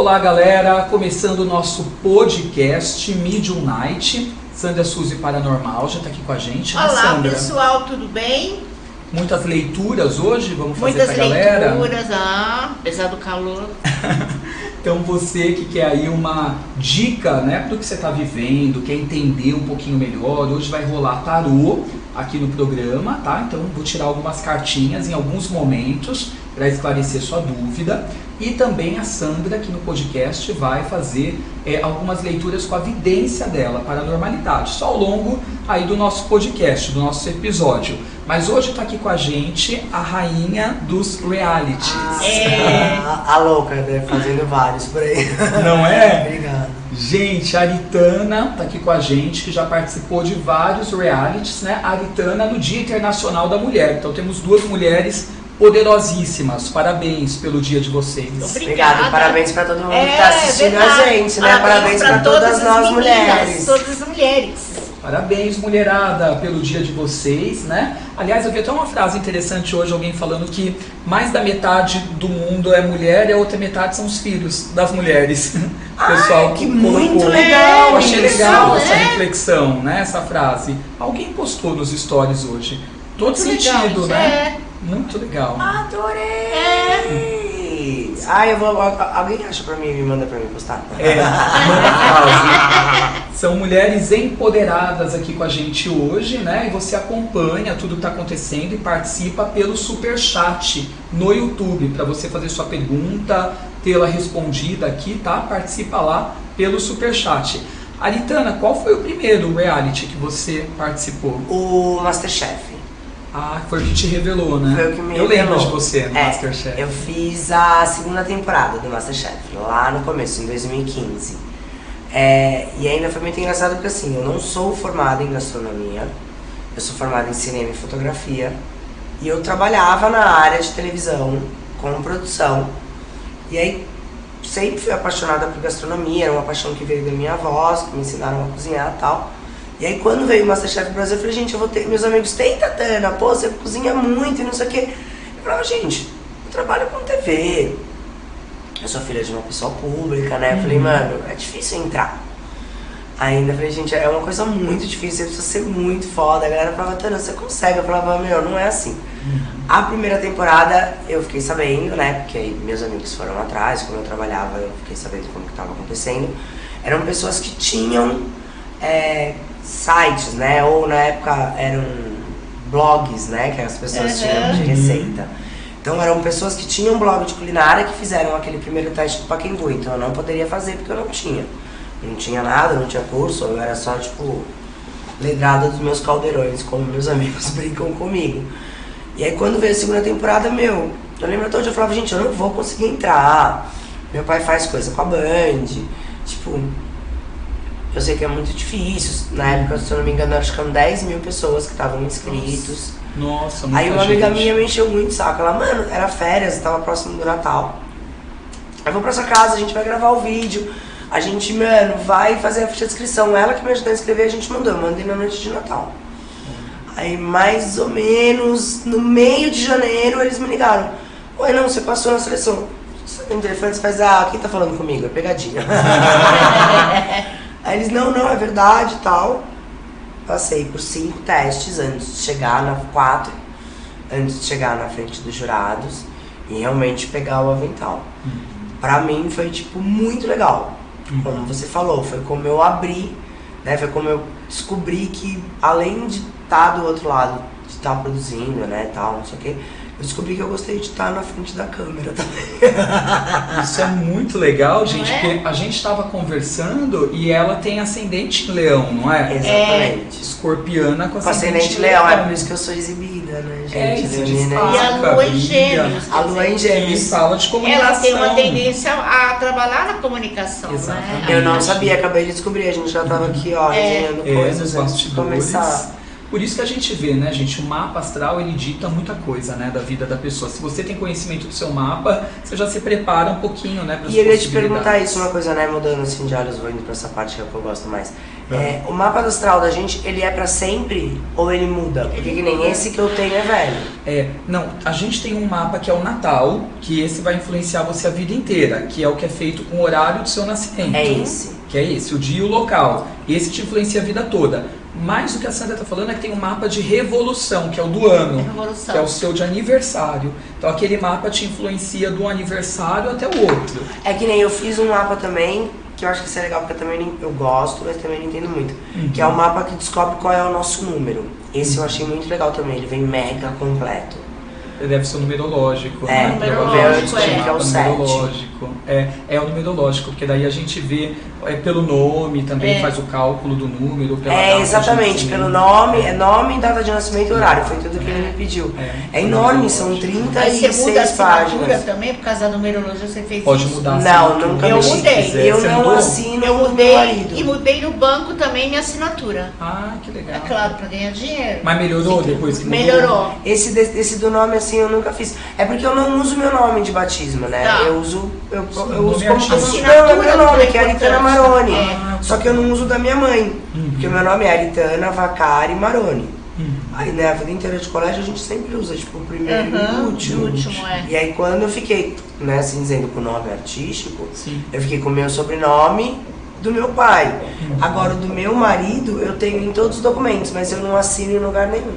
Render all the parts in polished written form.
Olá galera, começando o nosso podcast Medium Night. Sandra Suzy Paranormal já está aqui com a gente, né, Olá Sandra? pessoal, tudo bem? Muitas leituras hoje, vamos fazer Muitas pra galera? Muitas leituras, apesar do calor. Então você que quer aí uma dica, né, do que você está vivendo, quer entender um pouquinho melhor, hoje vai rolar tarô aqui no programa, tá? Então vou tirar algumas cartinhas em alguns momentos para esclarecer sua dúvida. E também a Sandra aqui no podcast vai fazer algumas leituras com a vidência dela, paranormalidade, só ao longo aí do nosso podcast, do nosso episódio. Mas hoje está aqui com a gente a rainha dos realities. A louca, né? Fazendo vários por aí. Não é? Obrigado. Gente, a Aritana tá aqui com a gente, que já participou de vários realities, né? A Aritana no Dia Internacional da Mulher. Então temos duas mulheres poderosíssimas. Parabéns pelo dia de vocês. Obrigado, parabéns pra todo mundo que tá assistindo verdade. a gente, né? Parabéns pra todas nós meninas, mulheres. todas as mulheres. Parabéns, mulherada, pelo dia de vocês, né? Aliás, eu vi até uma frase interessante hoje, alguém falando que mais da metade do mundo é mulher e a outra metade são os filhos das mulheres. Pessoal, que muito legal. Eu achei legal isso, essa né? reflexão, né? Essa frase. Alguém postou nos stories hoje. Todo Muito sentido, legal, né? Muito legal. Adorei! Ai, alguém acha pra mim e me manda pra mim postar? Manda frase. São mulheres empoderadas aqui com a gente hoje, né? E você acompanha tudo que tá acontecendo e participa pelo Superchat no YouTube, para você fazer sua pergunta, tê-la respondida aqui, tá? Participa lá pelo Superchat. Aritana, qual foi o primeiro reality que você participou? O Masterchef. Ah, foi o que te revelou, né? Foi o que me Eu revelou. lembro de você no Masterchef. Eu fiz a segunda temporada do Masterchef, lá no começo, em 2015. E ainda foi muito engraçado porque assim, eu não sou formada em gastronomia, eu sou formada em cinema e fotografia, e eu trabalhava na área de televisão, com produção, e aí sempre fui apaixonada por gastronomia, era uma paixão que veio da minha avó, que me ensinaram a cozinhar e tal. E aí quando veio o Masterchef Brasil, eu falei, gente, eu vou ter, meus amigos, tenta, Tana, pô, você cozinha muito e não sei o quê. Eu falava, gente, eu trabalho com TV, eu sou filha de uma pessoa pública, né? Eu falei, mano, é difícil entrar. Ainda falei, gente, é uma coisa muito difícil, você precisa ser muito foda. A galera falava, Tana, você consegue? Eu falava, meu, não é assim. A primeira temporada eu fiquei sabendo, né? Porque aí meus amigos foram atrás, como eu trabalhava, eu fiquei sabendo como que tava acontecendo. Eram pessoas que tinham sites, né? Ou na época eram blogs, né? Que as pessoas tinham de receita. Então eram pessoas que tinham blog de culinária que fizeram aquele primeiro teste do Pacaembu. Então eu não poderia fazer porque eu não tinha. Não tinha nada, não tinha curso, eu era só tipo letrada dos meus caldeirões, como meus amigos brincam comigo. E aí quando veio a segunda temporada, eu lembro até onde eu falava, gente, eu não vou conseguir entrar. Meu pai faz coisa com a Band, tipo, eu sei que é muito difícil. Na época, se eu não me engano, acho que eram 10 mil pessoas que estavam inscritos. Nossa, muita Aí uma amiga gente. minha me encheu muito o saco. Ela, mano, era férias, tava próximo do Natal. Eu vou pra sua casa, a gente vai gravar o vídeo. A gente, mano, vai fazer a ficha de inscrição. Ela que me ajudou a inscrever, a gente mandou. Eu mandei na noite de Natal. Aí, mais ou menos, no meio de janeiro, eles me ligaram. Oi, não, você passou na seleção. Você tem telefone, você faz, quem tá falando comigo? É pegadinha. Aí eles, não, é verdade e tal. Passei por 5 testes antes de chegar na 4, antes de chegar na frente dos jurados e realmente pegar o avental. Pra mim foi, tipo, muito legal. Como você falou, foi como eu abri, né? Foi como eu descobri que, além de estar do outro lado, de estar produzindo, né, tal, não sei o quê, eu descobri que eu gostei de estar na frente da câmera também. Isso é muito legal, gente, Não é? porque a gente estava conversando e ela tem ascendente em leão, não é? Exatamente. Escorpiana com Com ascendente leão, é por isso que eu sou exibida, né, gente? E se Leonina. destaca, E a lua em brilha. gêmeos. A lua em E gêmeos. fala de comunicação. Ela tem uma tendência a trabalhar na comunicação, Exatamente. né? Eu não sabia, acabei de descobrir, a gente já tava aqui, ó, resenhando coisas nos antes de bastidores. começar. Por isso que a gente vê, né, gente, o mapa astral, ele dita muita coisa, né, da vida da pessoa. Se você tem conhecimento do seu mapa, você já se prepara um pouquinho, né, para as E eu ia te possibilidades. perguntar isso, uma coisa, né, mudando assim de olhos, vou indo pra essa parte que é o que eu gosto mais. O mapa astral da gente, ele é pra sempre ou ele muda? Porque que nem esse que eu tenho é velho. Não, a gente tem um mapa que é o Natal, que esse vai influenciar você a vida inteira, que é o que é feito com o horário do seu nascimento. É esse. Que é esse, o dia e o local. Esse te influencia a vida toda. Mas o que a Sandra está falando é que tem um mapa de revolução, que é o do ano, que é o seu de aniversário. Então aquele mapa te influencia do aniversário até o outro. É que nem eu fiz um mapa também, que eu acho que isso é legal, porque eu também eu gosto, mas também não entendo muito. Que é o mapa que descobre qual é o nosso número. Esse eu achei muito legal também, ele vem mega completo. Deve ser o numerológico. É, né? numerológico, que é o 7. Numerológico. É o numerológico, porque daí a gente vê pelo nome, também faz o cálculo do número. Pela data Exatamente, de pelo nome, nome, data de nascimento e horário, foi tudo que ele me pediu. É enorme, são 36 você muda a assinatura páginas. também, por causa da numerologia, você fez Pode isso? mudar a Não, assinatura. nunca Eu mexi. mudei. Eu Você não mudou? assino Eu o meu mudei marido. e mudei no banco também minha assinatura. Ah, que legal. É claro, pra ganhar dinheiro. Mas melhorou depois que mudou? Melhorou. Esse do nome assim eu nunca fiz. É porque eu não uso meu nome de batismo, né? Tá. Eu uso nome como artístico. não, é meu nome, que é Aritana importante. Maroni. É. Só que eu não uso da minha mãe. Porque o meu nome é Aritana Vacari Maroni. Aí, né, a vida inteira de colégio a gente sempre usa, tipo, o primeiro e o último. E aí quando eu fiquei, né, assim, dizendo com o nome artístico, eu fiquei com o meu sobrenome do meu pai. Agora, o do meu marido, eu tenho em todos os documentos, mas eu não assino em lugar nenhum.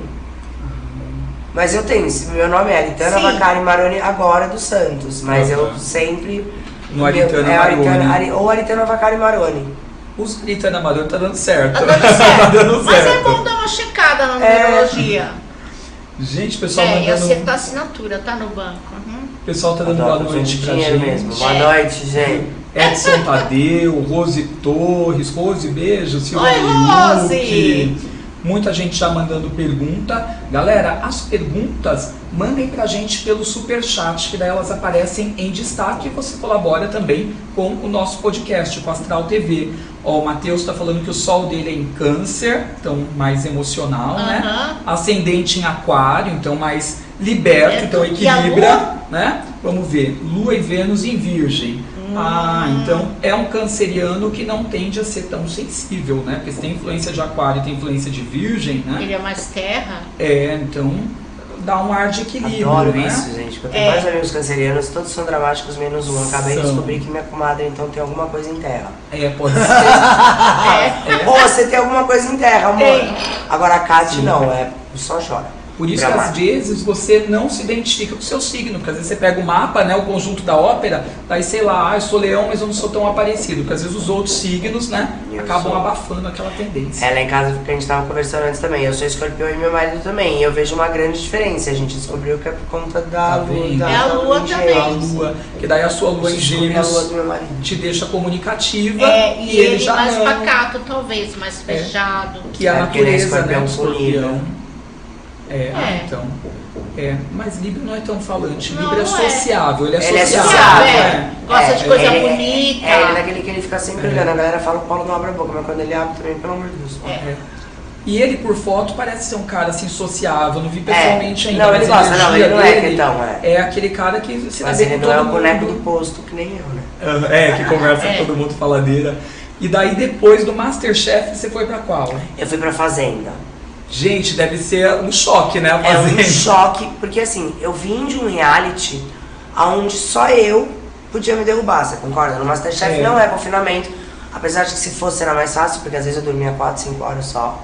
Mas eu tenho, meu nome é Aritana Vacari Maroni, agora dos Santos, mas eu sempre... No Aritana Maroni. Ou Aritana Vacari Maroni. Usa Aritana Maroni, tá dando certo. Tá dando certo. Tá dando Mas é certo. bom dar uma checada na numerologia. Gente, o pessoal E mandando... acertar a assinatura, tá no banco. O pessoal tá dando boa noite pra dinheiro gente. mesmo. Boa noite, gente. Edson Tadeu, Rose Torres, Rose, beijo, Silvia Oi, Rose! Miyuki. Muita gente já mandando pergunta. Galera, as perguntas mandem pra gente pelo superchat, que daí elas aparecem em destaque e você colabora também com o nosso podcast, com a Astral TV. Ó, o Matheus tá falando que o sol dele é em Câncer, então mais emocional, né? Ascendente em Aquário, então mais liberto, então equilibra, né? Vamos ver, Lua e Vênus em Virgem. Então é um canceriano que não tende a ser tão sensível, né? Porque se tem influência de Aquário e tem influência de Virgem, né? Ele é mais terra. Então dá um ar de equilíbrio, Adoro né? isso, gente. Eu tenho vários amigos cancerianos, todos são dramáticos, menos um. Eu acabei de descobrir que minha comadre, então, tem alguma coisa em terra. Pode ser. Ou você tem alguma coisa em terra, amor. Tem. Agora a Kate não, só chora. Por isso que às vezes você não se identifica com o seu signo, porque às vezes você pega o mapa, né, o conjunto da ópera, daí sei lá, eu sou leão, mas eu não sou tão aparecido, porque às vezes os outros signos, né, acabam abafando aquela tendência. Lá em casa, que a gente tava conversando antes também, eu sou escorpião e meu marido também, e eu vejo uma grande diferença, a gente descobriu que é por conta da lua. É a lua também. A lua, que daí a sua lua em Gêmeos te deixa comunicativa e ele já mais não, pacato, talvez, mais fechado. que é a natureza, né, do escorpião. Então. Mas Libra não é tão falante. Não, Libra é não é. sociável, ele é Ele é sociável. sociável, né? Gosta de coisa bonita. Ele é daquele que ele fica sempre olhando. A galera fala que o Paulo não abre a boca, mas quando ele abre também, pelo amor de Deus. E ele, por foto, parece ser um cara assim sociável. Não vi pessoalmente ainda. Não, mas ele gosta, a não, energia ele não é dele quietão, é aquele cara que se dá Mas bem ele com não é todo o boneco mundo. do posto, que nem eu, né? Que conversa com todo mundo, faladeira. E daí, depois do Masterchef, você foi pra qual? Eu fui pra Fazenda. Gente, deve ser um choque, né? É um choque, porque assim, eu vim de um reality onde só eu podia me derrubar, você concorda? No Masterchef não é confinamento, apesar de que se fosse era mais fácil, porque às vezes eu dormia 4, 5 horas só.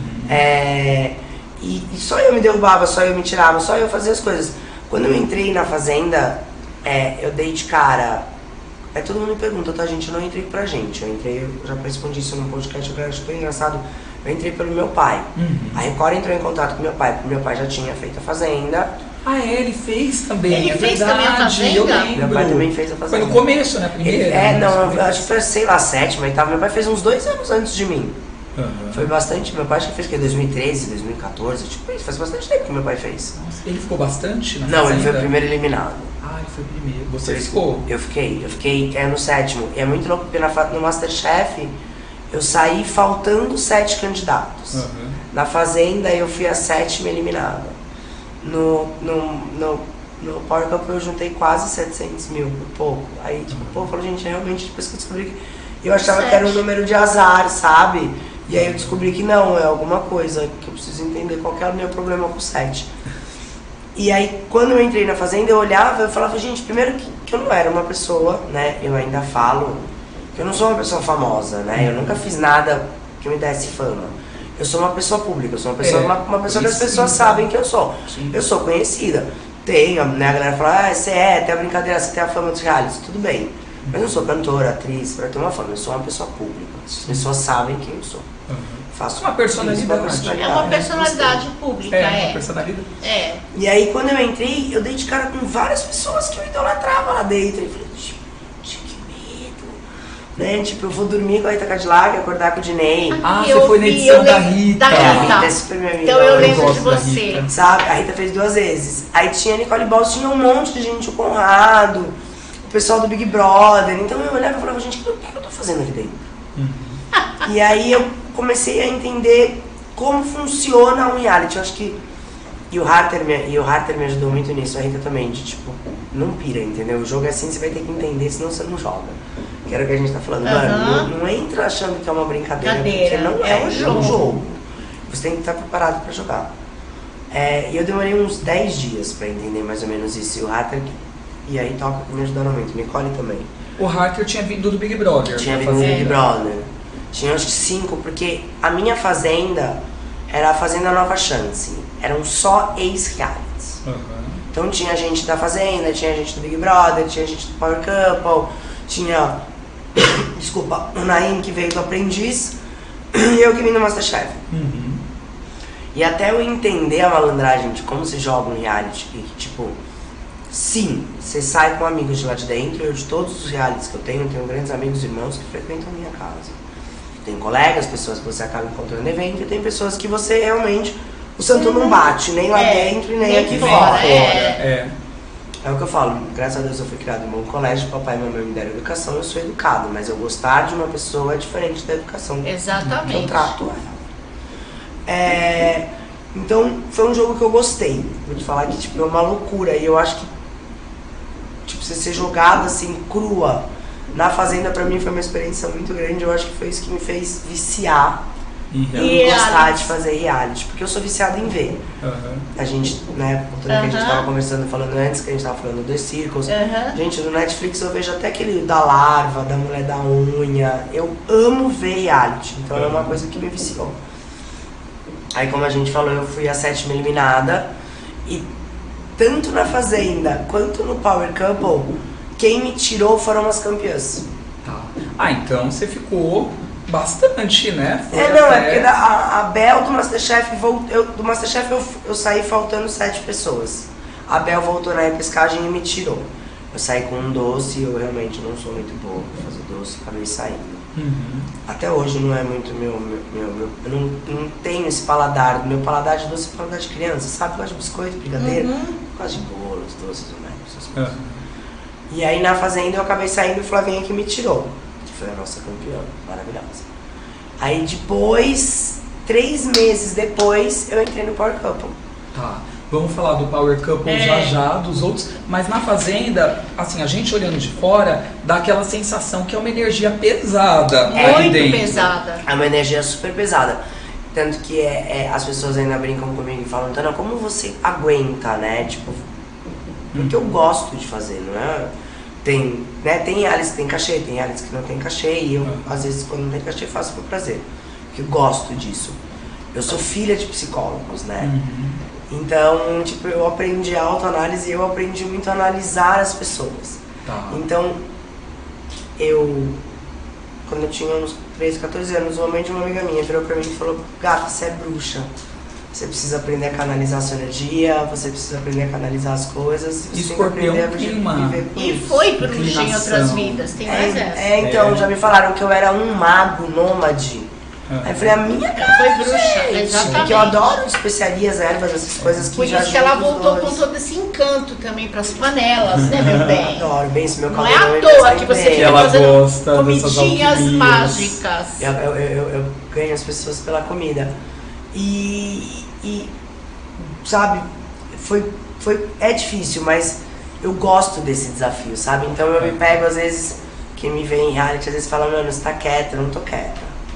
E só eu me derrubava, só eu me tirava, só eu fazia as coisas. Quando eu entrei na Fazenda, eu dei de cara. Todo mundo me pergunta, tá, gente? Eu não entrei pra gente. Eu já respondi isso num podcast, eu acho que foi engraçado. Eu entrei pelo meu pai. A Record entrou em contato com meu pai, porque meu pai já tinha feito a Fazenda. Ele fez também. Ele fez também a Fazenda? Eu lembro. Meu pai também fez a Fazenda. Foi no começo, né? Primeiro. Eu acho que foi, sei lá, 7ª, 8ª. Meu pai fez uns 2 anos antes de mim. Foi bastante. Meu pai acho que fez o quê? 2013, 2014, tipo isso. Faz bastante tempo que meu pai fez. Nossa, ele ficou bastante na Não, Fazenda? ele foi o primeiro eliminado. Ele foi o primeiro. Você ficou? Eu fiquei no 7º. E é muito louco porque no Masterchef eu saí faltando 7 candidatos. Na Fazenda eu fui a 7ª eliminada. No Power Cup eu juntei quase 700 mil, por pouco. Aí tipo, o povo falou, gente, realmente depois que eu descobri que eu achava que era um número de azar, sabe? E aí eu descobri que não, é alguma coisa que eu preciso entender qual que é o meu problema com o set. E aí, quando eu entrei na Fazenda, eu olhava e eu falava, gente, primeiro que eu não era uma pessoa, né, eu ainda falo, que eu não sou uma pessoa famosa, né, eu nunca fiz nada que me desse fama. Eu sou uma pessoa pública, eu sou uma pessoa, uma pessoa que as pessoas sabem que eu sou. Sim. Eu sou conhecida. Tenho, né, a galera fala, você tem a brincadeira, você tem a fama dos realities, tudo bem. Mas eu não sou cantora, atriz, pra ter uma fama, eu sou uma pessoa pública. As pessoas sabem quem eu sou. Faço Uma personalidade. É uma personalidade pública, Uma personalidade. E aí quando eu entrei, eu dei de cara com várias pessoas que eu idolatrava lá dentro. E falei, gente, que medo. Né? Tipo, eu vou dormir com a Rita Cadillac, acordar com o Diney. Ah, você foi na edição da Rita. A Rita é super minha amiga. Então eu hoje. lembro de gosto da você. Rita. Sabe? A Rita fez 2 vezes. Aí tinha a Nicole Balls, tinha um monte de gente, o Conrado, o pessoal do Big Brother. Então eu olhava e falava, gente, o que eu tô fazendo aqui dentro? E aí eu comecei a entender como funciona um reality. Eu acho que... E o Harter me ajudou muito nisso, a Rita também, de tipo, não pira, entendeu? O jogo é assim, você vai ter que entender, senão você não joga. Que era o que a gente tá falando, mano, não entra achando que é uma brincadeira, porque não é um jogo. Você tem que estar preparado pra jogar. E eu demorei uns 10 dias pra entender mais ou menos isso. E o Harter, e aí toca me ajudando muito, Nicole também. O Harter tinha vindo do Big Brother. Tinha vindo do Big Brother. Tinha acho que 5, porque a minha fazenda era a Fazenda Nova Chance. Eram só ex-realities. Então tinha gente da Fazenda, tinha gente do Big Brother, tinha gente do Power Couple, tinha, desculpa, o Naim que veio do Aprendiz e eu que vim do Masterchef. E até eu entender a malandragem de como se joga um reality, e tipo, sim, você sai com amigos de lá de dentro. Eu de todos os realities que eu tenho grandes amigos e irmãos que frequentam a minha casa. Tem colegas, pessoas que você acaba encontrando no evento, e tem pessoas que você realmente, o santo não bate, nem lá dentro e nem aqui fora. É o que eu falo, graças a Deus eu fui criado em um bom colégio, papai e mamãe me deram educação, eu sou educado, mas eu gostar de uma pessoa é diferente da educação que eu trato ela. Então foi um jogo que eu gostei, vou te falar que tipo, é uma loucura, e eu acho que tipo, você ser jogado assim, crua, na Fazenda pra mim foi uma experiência muito grande. Eu acho que foi isso que me fez viciar e gostar de fazer reality, porque eu sou viciado em ver. A gente, né, voltando que a gente tava conversando, falando antes, que a gente tava falando dos Circles. Gente, no Netflix eu vejo até aquele da larva, da mulher da unha. Eu amo ver reality, então é uma coisa que me viciou. Aí, como a gente falou, eu fui a 7ª eliminada, e tanto na Fazenda quanto no Power Couple, quem me tirou foram as campeãs. Tá. Então você ficou bastante, né? Foi porque a Bel do Masterchef, do Masterchef eu saí faltando 7 pessoas. A Bel voltou na pescagem e me tirou. Eu saí com um doce, eu realmente não sou muito boa pra fazer doce, acabei saindo. Até hoje não é muito eu não tenho esse paladar. Meu paladar de doce é paladar de criança, sabe? Eu gosto de biscoito, brigadeiro, eu gosto de bolos, doces, essas coisas. E aí na Fazenda eu acabei saindo e o Flavinha que me tirou, que foi a nossa campeã, maravilhosa. Aí depois, 3 meses depois, eu entrei no Power Couple. Tá, vamos falar do Power Couple já, dos outros, mas na Fazenda, assim, a gente olhando de fora, dá aquela sensação que é uma energia pesada. Muito dentro. pesada. É uma energia super pesada. Tanto que as pessoas ainda brincam comigo e falam, Tana, como você aguenta, né? Tipo, porque eu gosto de fazer, não é? Tem realities que tem cachê, tem realities que não tem cachê, e eu, às vezes, quando não tem cachê, faço por prazer. Porque eu gosto disso. Eu sou filha de psicólogos, né? Então, tipo, eu aprendi a autoanálise e eu aprendi muito a analisar as pessoas. Então, quando eu tinha uns 13, 14 anos, uma mãe de uma amiga minha virou pra mim e falou, gata, você é bruxa. Você precisa aprender a canalizar a sua energia, você precisa aprender a canalizar as coisas. Você Escorpião tem que aprender a viver com E isso. foi bruxa em outras vidas, tem mais essa. Então, já me falaram que eu era um mago nômade. Aí eu falei, a minha cara foi bruxa, exatamente. Porque eu adoro especiarias, ervas, essas coisas que Por já isso que ela juntam os voltou dois. com todo esse encanto também pras panelas, né, meu bem? Adoro, bem, esse meu Não cabelo é à toa que você fica ela fazendo gosta comidinhas dessas mágicas. Eu ganho as pessoas pela comida. E sabe, é difícil, mas eu gosto desse desafio, sabe? Então eu me pego, às vezes, quem me vê em reality, às vezes fala, mano, você tá quieta, eu não tô quieta.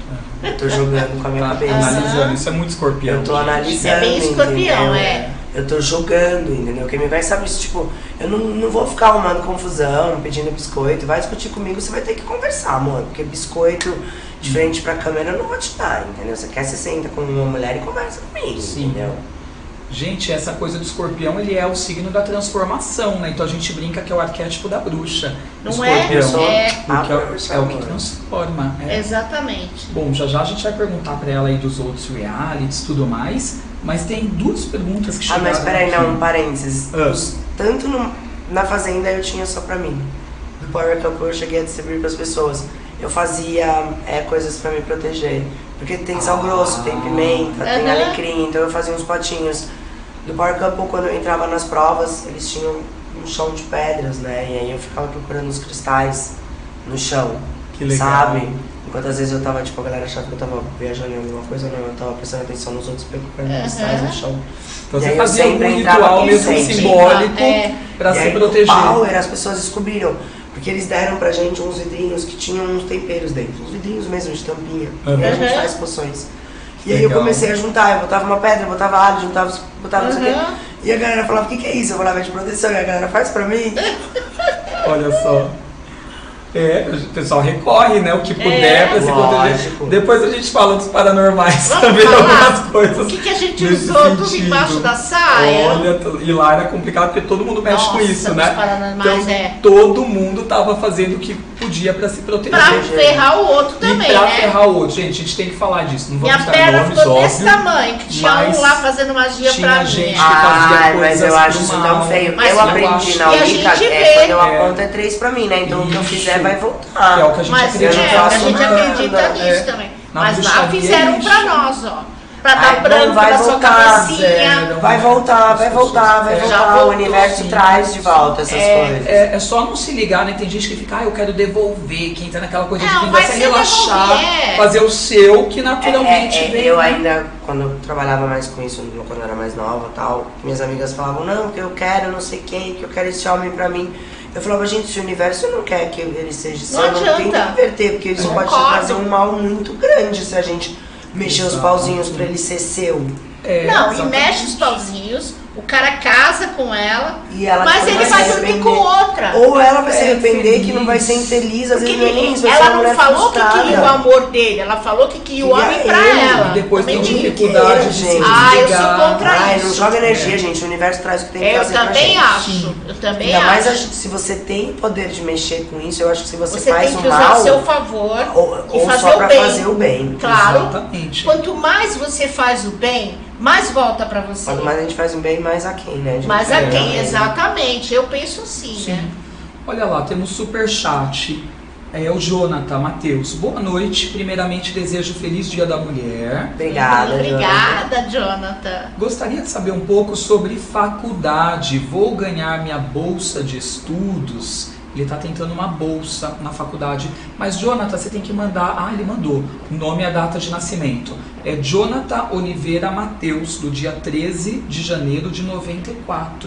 Eu tô jogando com a minha cabeça. Analisando, isso é muito escorpião. Eu tô analisando. É bem escorpião, entendeu? Eu tô jogando, entendeu? Quem me vai saber isso, tipo, eu não vou ficar arrumando confusão, pedindo biscoito. Vai discutir comigo, você vai ter que conversar, mano. Porque biscoito de frente pra câmera eu não vou te dar, entendeu? Você quer, você senta com uma mulher e conversa comigo, entendeu? Gente, essa coisa do escorpião, ele é o signo da transformação, né? Então a gente brinca que é o arquétipo da bruxa. Não escorpião, é? Porque é o que transforma. Exatamente. Bom, já a gente vai perguntar pra ela aí dos outros realities e tudo mais, mas tem duas perguntas que chegaram mas peraí, aqui. não, um parênteses. Tanto na Fazenda eu tinha só pra mim. No Power Couple eu cheguei a distribuir pras pessoas. Eu fazia coisas pra me proteger. Porque tem sal grosso, tem pimenta, tem alecrim, então eu fazia uns potinhos. Do Power Couple, quando eu entrava nas provas, eles tinham um chão de pedras, né? E aí eu ficava procurando os cristais no chão. Que legal. Sabe? Enquanto às vezes eu tava, tipo, a galera achava que eu tava viajando em alguma coisa, não, eu tava prestando atenção nos outros procurando cristais no chão. Então E você aí fazia eu algum sempre entrava ritual com mesmo gente. simbólico pra E se aí, proteger. no Power, as pessoas descobriram. Porque eles deram pra gente uns vidrinhos que tinham uns temperos dentro. Uns vidrinhos mesmo de tampinha. E a gente faz poções. E aí eu comecei a juntar, eu botava uma pedra, botava alho, botava não sei o quê. E a galera falava, o que é isso? Eu falava, é de proteção. E a galera, faz pra mim. Olha só. O pessoal recorre, né? O que puder pra se proteger. Depois a gente fala dos paranormais também, algumas coisas. O que a gente usou tudo embaixo da saia? Olha, e lá era complicado porque todo mundo mexe com isso, né? Paranormais, então, todo mundo tava fazendo o que podia pra se proteger. Pra ferrar o outro também, e pra né? ferrar o outro. Gente, a gente tem que falar disso. Não vamos Minha dar perna nomes, ficou óbvio, desse tamanho, que tinha um lá fazendo magia pra mim. Gente que fazia coisas mas eu acho pro isso mal. tão feio. Mas eu aprendi na Wicca, quando eu aponto é 3 pra mim, né? Então o que eu fizer vai voltar. É o que a gente acredita. A gente acredita nisso também. Mas lá fizeram pra nós, ó. Pra dar branco na sua cabecinha. Vai voltar. O universo traz de volta essas coisas. É só não se ligar, né? Tem gente que fica, eu quero devolver. Quem tá naquela coisa de Não, vingança é relaxar, fazer o seu, que naturalmente vem. Eu ainda, quando eu trabalhava mais com isso, quando eu era mais nova e tal, minhas amigas falavam, não, porque eu quero não sei quem, que eu quero esse homem pra mim. Eu falava, gente, se o universo não quer que ele seja seu, não tem que inverter, porque isso pode trazer um mal muito grande se a gente mexer os pauzinhos pra ele ser seu. Não, e mexe os pauzinhos, o cara casa com ela, e ela mas ele vai dormir com outra. Ou ela vai se arrepender que não vai ser infeliz, às vezes ela não falou que queria o amor dele, ela falou que queria o homem pra ela. E depois tem dificuldade de se desligar. Eu sou contra isso. Não joga energia, gente, o universo traz o que tem que fazer pra gente. Eu também acho. Mas se você tem poder de mexer com isso, eu acho que se você faz tem que o mal... usar a seu favor ou e fazer só o pra bem. fazer o bem. Claro. Exatamente. Quanto mais você faz o bem, mais volta pra você. Quanto mais a gente faz o bem, mais a quem, né? Mais a quem, exatamente. Eu penso assim, né? Olha lá, temos superchat. É o Jonathan Matheus. Boa noite. Primeiramente, desejo feliz Dia da Mulher. Obrigada, Jonathan. Gostaria de saber um pouco sobre faculdade. Vou ganhar minha bolsa de estudos. Ele está tentando uma bolsa na faculdade. Mas, Jonathan, você tem que mandar... ele mandou. O nome e a data de nascimento. É Jonathan Oliveira Matheus, do dia 13 de janeiro de 94.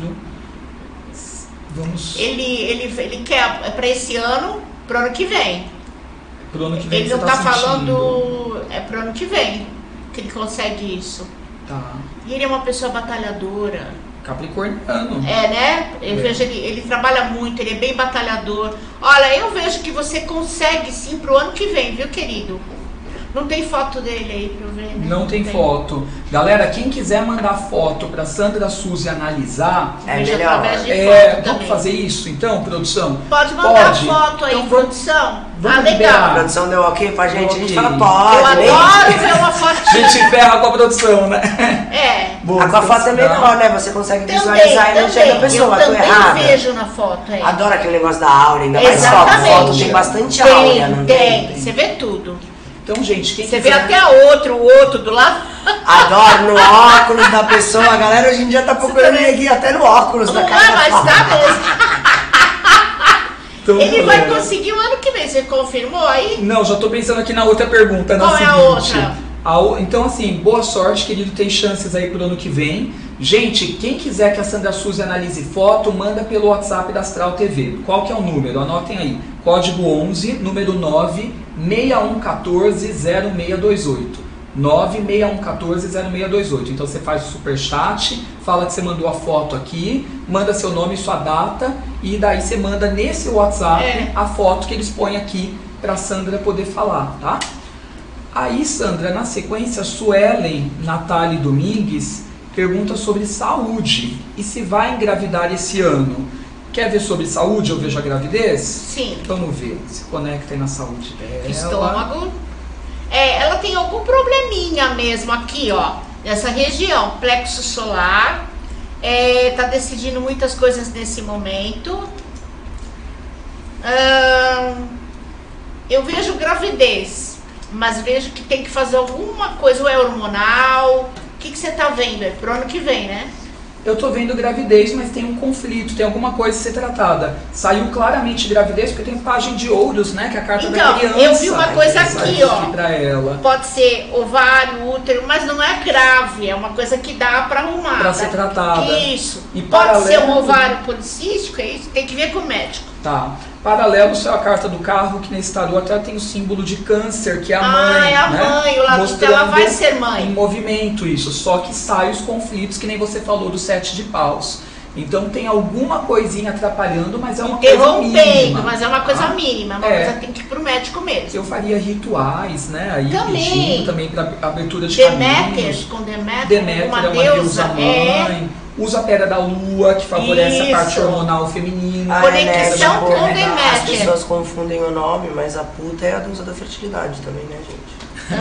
Vamos... Ele quer para esse ano, pro ano que vem. Pro ano que vem ele não tá falando... É pro ano que vem que ele consegue isso. Tá. E ele é uma pessoa batalhadora. Capricorniano. Né? Eu vejo ele trabalha muito, ele é bem batalhador. Olha, eu vejo que você consegue sim pro ano que vem, viu, querido? Não tem foto dele aí pra eu ver, né? Não tem foto. Galera, quem quiser mandar foto pra Sandra Suzy analisar, melhor. Vamos fazer isso então, produção? Pode mandar foto aí, então, produção. Vamos legal. Liberar. A produção deu ok pra gente, a gente fala pode. Eu adoro ver uma fotinha. A gente ferra com a produção, né? Com a foto é melhor, né? Você consegue visualizar a energia da pessoa. Eu também vejo na foto aí. Adoro aquele negócio da áurea, ainda mais foto tem bastante áurea, não tem? Você vê tudo. Então, gente, quem Você quiser... vê até o outro do lado. Adoro no óculos da pessoa. A galera hoje em dia tá procurando aqui até no óculos da cara. Mas tá mesmo. Então, ele vai conseguir o ano que vem. Você confirmou aí? Não, já tô pensando aqui na outra pergunta. Qual é a outra? Então, assim, boa sorte, querido. Tem chances aí pro ano que vem. Gente, quem quiser que a Sandra Suzy analise foto, manda pelo WhatsApp da Astral TV. Qual que é o número? Anotem aí. Código 11, número 961140628. 961140628. Então você faz o superchat, fala que você mandou a foto aqui, manda seu nome e sua data, e daí você manda nesse WhatsApp a foto que eles põem aqui para a Sandra poder falar, tá? Aí, Sandra, na sequência, Suelen Natália Domingues pergunta sobre saúde e se vai engravidar esse ano. Quer ver sobre saúde? Eu vejo a gravidez? Sim. Vamos ver. Se conecta aí na saúde dela. Estômago. Ela tem algum probleminha mesmo aqui, ó, nessa região, plexo solar. Tá decidindo muitas coisas nesse momento. Eu vejo gravidez, mas vejo que tem que fazer alguma coisa, ou é hormonal. O que você tá vendo? É pro ano que vem, né? Eu tô vendo gravidez, mas tem um conflito, tem alguma coisa a ser tratada. Saiu claramente gravidez, porque tem página de ouros, né? Que é a carta da criança. Então, eu vi uma coisa aqui, ó. Pra ela. Pode ser ovário, útero, mas não é grave. É uma coisa que dá pra arrumar. Pra ser tratada. Isso. E pode ser um ovário policístico, é isso? Tem que ver com o médico. Tá. Paralelo, é a carta do carro, que nesse tarô até tem o símbolo de câncer, que é a mãe. É a mãe, o lado dela vai ser mãe. Em movimento isso, só que sai os conflitos, que nem você falou do 7 de paus. Então tem alguma coisinha atrapalhando, mas é uma coisa mínima. Mas é uma coisa mínima, é uma coisa que tem que ir pro médico mesmo. Eu faria rituais, né? Aí também. Pedindo também para abertura de caminhos. Com Deméter, uma deusa mãe. Usa a pedra da lua, que favorece a parte hormonal feminina. Conexão com Deméter. As pessoas confundem o nome, mas a puta é a deusa da fertilidade também, né, gente?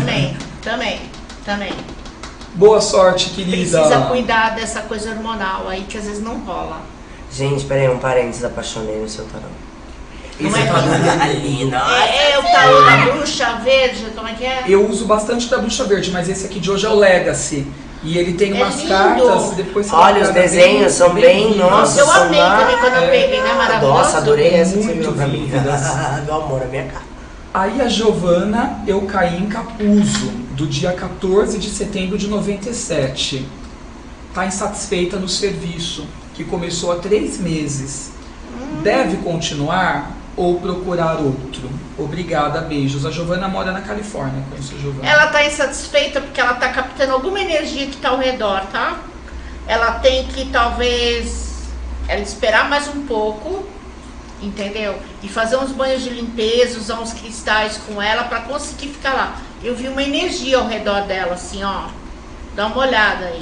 Também. Boa sorte, querida. Precisa cuidar dessa coisa hormonal aí, que às vezes não rola. Gente, peraí, um parênteses, apaixonei no seu tarô. Não é ali, o tarô da bruxa verde, como é que é? Eu uso bastante da bruxa verde, mas esse aqui de hoje é o Legacy. E ele tem umas cartas, depois você olha, os desenhos são bem, nossa, eu amei também quando eu peguei, né? Maravilhoso. Nossa, adorei essa que você muito viu pra mim. Do amor, a minha cara. Aí a Giovana Eucaim Capuzzo, do dia 14 de setembro de 97. Tá insatisfeita no serviço, que começou há 3 meses. Deve continuar ou procurar outro? Obrigada, beijos. A Giovana mora na Califórnia, conheço a Giovana. Ela tá insatisfeita porque ela tá captando alguma energia que tá ao redor, tá? Ela tem que, talvez, ela esperar mais um pouco, entendeu? E fazer uns banhos de limpeza, usar uns cristais com ela pra conseguir ficar lá. Eu vi uma energia ao redor dela, assim, ó. Dá uma olhada aí.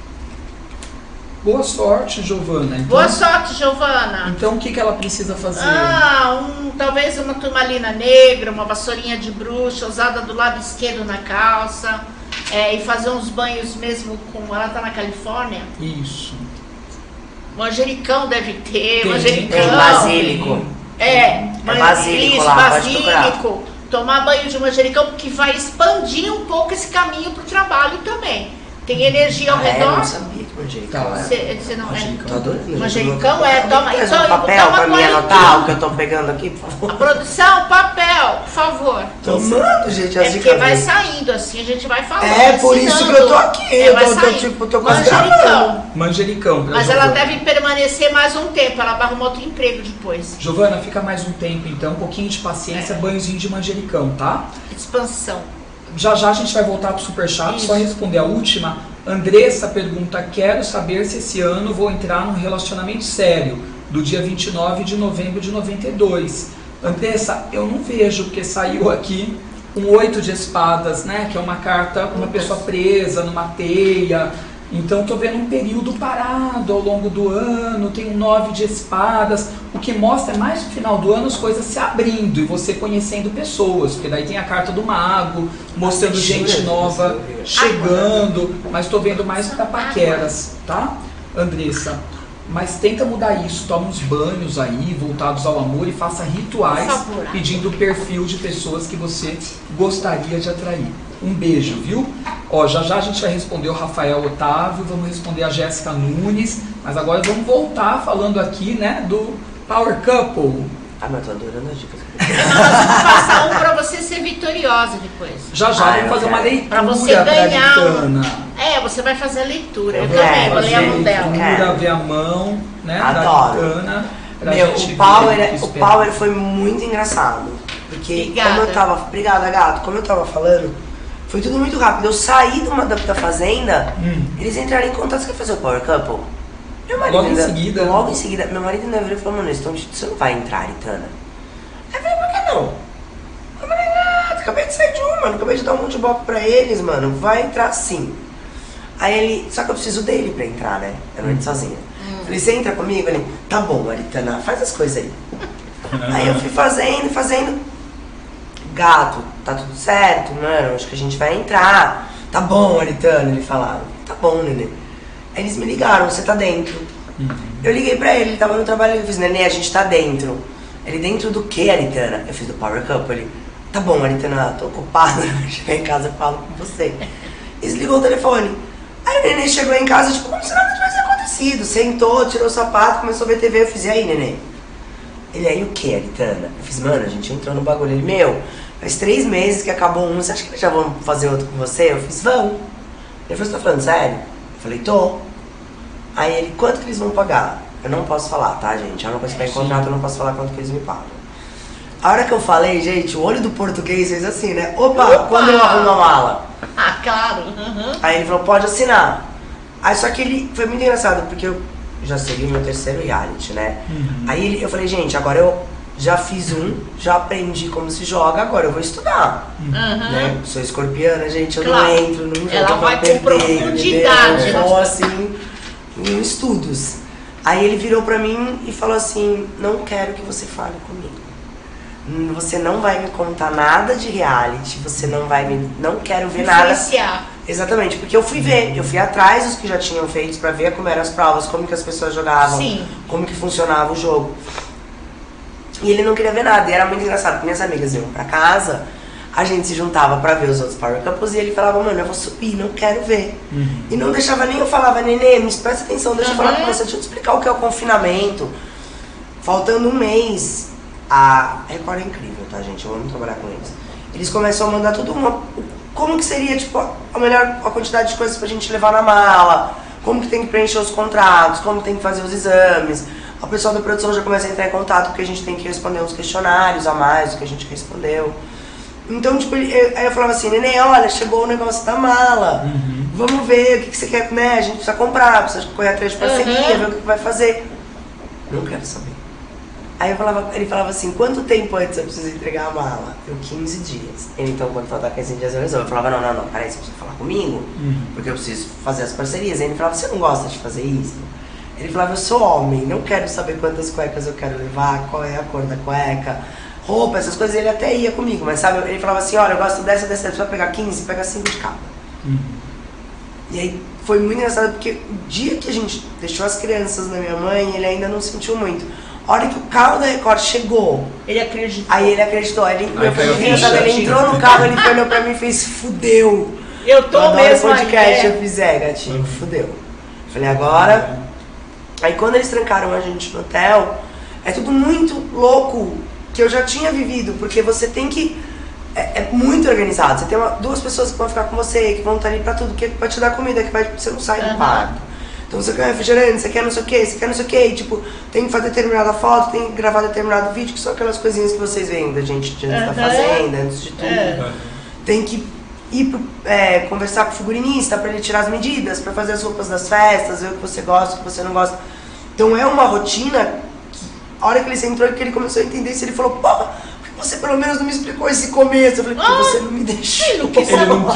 Boa sorte, Giovana. Então, boa sorte, Giovana. Então o que ela precisa fazer? Talvez uma turmalina negra, uma vassourinha de bruxa usada do lado esquerdo na calça. E fazer uns banhos mesmo com... Ela tá na Califórnia? Isso. Manjericão deve ter, manjericão. Tem basílico. Basílico lá, basílico. Tomar banho de manjericão, porque vai expandir um pouco esse caminho pro trabalho também. Tem energia ao redor. Eu não sabia que manjericão Você não tô adorando. Manjericão toma. Então, um papel pra mim anotar o que eu tô pegando aqui, por favor. A produção, papel, por favor. Tomando, gente, as porque vai saindo assim, a gente vai falando. Por isso que eu tô aqui. Eu tô quase manjericão. Manjericão. Mas ela deve permanecer mais um tempo, ela vai arrumar outro emprego depois. Giovana, fica mais um tempo então, um pouquinho de paciência, banhozinho de manjericão, tá? Expansão. Já a gente vai voltar pro superchat, só responder a última. Andressa pergunta, quero saber se esse ano vou entrar num relacionamento sério, do dia 29 de novembro de 92. Andressa, eu não vejo, porque saiu aqui um 8 de espadas, né, que é uma carta, uma pessoa presa numa teia. Então tô vendo um período parado ao longo do ano, tem um 9 de espadas, o que mostra mais no final do ano as coisas se abrindo e você conhecendo pessoas, porque daí tem a carta do mago, mostrando gente nova chegando, mas tô vendo mais para paqueras, tá, Andressa? Mas tenta mudar isso, toma uns banhos aí, voltados ao amor, e faça rituais pedindo o perfil de pessoas que você gostaria de atrair. Um beijo, viu? Ó, já a gente vai responder o Rafael Otávio, vamos responder a Jéssica Nunes, mas agora vamos voltar falando aqui, né, do Power Couple. Mas tô adorando as dicas. Nós vamos passar pra você ser vitoriosa depois. Já vamos fazer uma leitura pra você ganhar. Você vai fazer a leitura. Eu É, também vou ler a mão dela. Leitura, ver a mão, né? Adoro. Da Aritana. Meu, o Power foi muito engraçado. Porque Obrigada. como eu tava. Obrigada, gato. Como eu tava falando, foi tudo muito rápido. Eu saí da fazenda, eles entraram em contato. Você quer fazer o Power Couple? Meu marido Logo em seguida. Logo em seguida, meu marido ainda virou e falou, mano, você não vai entrar, Aritana? Aí eu falei, por que não? Eu falei, acabei de sair de uma, acabei de dar um monte de boca pra eles, mano. Vai entrar sim. Aí ele, só que eu preciso dele pra entrar, né? Eu não entro sozinha. Falei, você entra comigo? Ele, tá bom, Aritana, faz as coisas aí. Aí eu fui fazendo. Gato, tá tudo certo, mano, acho que a gente vai entrar. Tá bom, Aritana, ele falava. Tá bom, nenê. Aí eles me ligaram, você tá dentro. Eu liguei pra ele tava no trabalho, eu fiz, nenê, a gente tá dentro. Ele, dentro do que, Aritana? Eu fiz do Power Couple. Ele, tá bom, Aritana, tô ocupado, chegar em casa e falo com você. Desligou o telefone. Aí o nenê chegou em casa, tipo, como se nada tivesse acontecido. Sentou, tirou o sapato, começou a ver TV. Eu fiz, e aí, nenê? Ele, aí o que, Aritana? Eu fiz, mano, a gente entrou no bagulho. Ele, meu, faz 3 meses que acabou um, você acha que eles já vão fazer outro com você? Eu fiz, vão. Ele falou, você tá falando sério? Eu falei, tô. Aí ele, quanto que eles vão pagar? Eu não posso falar, tá, gente? É uma coisa que tá em contrato, eu não posso falar quanto que eles me pagam. A hora que eu falei, gente, o olho do português fez assim, né? Opa! Quando eu arrumo a mala? Ah, claro. Aí ele falou, pode assinar. Aí só que ele, foi muito engraçado, porque eu já segui o meu 3º reality, né? Aí eu falei, gente, agora eu já fiz já aprendi como se joga, agora eu vou estudar. Né? Sou escorpiana, gente, eu não entro num jogo. Ela vai com profundidade. Eu vou assim, em estudos. Aí ele virou pra mim e falou assim, não quero que você fale comigo. Você não vai me contar nada de reality, você não vai me... Não quero ver nada. Exatamente, porque eu fui ver, eu fui atrás dos que já tinham feito pra ver como eram as provas, como que as pessoas jogavam, como que funcionava o jogo. E ele não queria ver nada, e era muito engraçado, porque minhas amigas iam pra casa, a gente se juntava pra ver os outros Power Couples e ele falava, mano, eu vou subir, não quero ver. E não deixava nem eu falava, nenê, me presta atenção, deixa eu falar com você, deixa eu te explicar o que é o confinamento. Faltando um mês, a Record é incrível, tá, gente? Eu amo trabalhar com eles. Eles começam a mandar tudo como que seria, tipo, a quantidade de coisas pra gente levar na mala, como que tem que preencher os contratos, como tem que fazer os exames. O pessoal da produção já começa a entrar em contato porque a gente tem que responder uns questionários a mais do que a gente respondeu. Então, tipo, aí eu falava assim, neném, olha, chegou o negócio da mala, vamos ver o que você quer, né? A gente precisa comprar, precisa correr atrás de parceria, ver o que vai fazer. Não quero saber. Aí ele falava assim, quanto tempo antes eu preciso entregar a mala? Eu, 15 dias. Ele, então, quando faltar 15 dias eu resolvo. Eu falava, não, peraí, você precisa falar comigo, porque eu preciso fazer as parcerias. Aí ele falava, você não gosta de fazer isso? Ele falava, eu sou homem, não quero saber quantas cuecas eu quero levar, qual é a cor da cueca, roupa, essas coisas. Ele até ia comigo, mas sabe, ele falava assim, olha, eu gosto dessa, você vai pegar 15, pega 5 de cada. E aí foi muito engraçado, porque o dia que a gente deixou as crianças na minha mãe, ele ainda não sentiu muito. A hora que o carro da Record chegou, ele acreditou. Aí ele acreditou, ele entrou no carro, ele olhou pra mim e fez, fudeu. Eu tô mesmo podcast, eu fiz, gatinho, fudeu. Falei, agora... Aí quando eles trancaram a gente no hotel, é tudo muito louco, que eu já tinha vivido, porque você tem que... É muito organizado, você tem 2 pessoas que vão ficar com você, que vão estar ali pra tudo, que vai te dar comida, que você não sai do quarto. Então você quer refrigerante, você quer não sei o que, você quer não sei o que, e tipo, tem que fazer determinada foto, tem que gravar determinado vídeo, que são aquelas coisinhas que vocês veem da gente antes da fazenda, antes de tudo. Tem que ir conversar com o figurinista pra ele tirar as medidas, pra fazer as roupas das festas, ver o que você gosta, o que você não gosta. Então é uma rotina que, a hora que ele entrou e que ele começou a entender isso, ele falou, pô, por que você pelo menos não me explicou esse começo? Eu falei, porque você não me deixou. Ele não quis.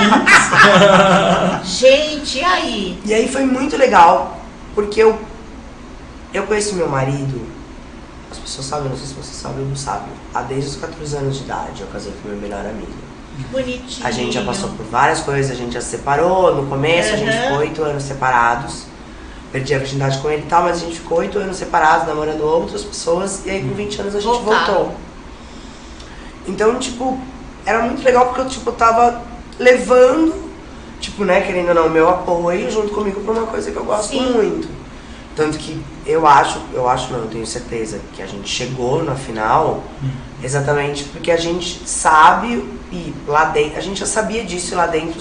Gente, e aí? E aí foi muito legal, porque eu conheço meu marido, as pessoas sabem, não sei se você sabe ou não sabe, desde os 14 anos de idade eu casei com meu melhor amigo. Que bonitinho. A gente já passou por várias coisas, a gente já se separou, no começo a gente ficou 8 anos separados, perdi a virgindade com ele e tal, mas a gente ficou 8 anos separados, namorando outras pessoas, e aí com 20 anos a gente voltou. Então, tipo, era muito legal porque eu, tipo, tava levando, tipo, né, querendo ou não, o meu apoio junto comigo pra uma coisa que eu gosto muito. Tanto que eu tenho certeza que a gente chegou na final exatamente porque a gente sabe, e lá dentro, a gente já sabia disso e lá dentro só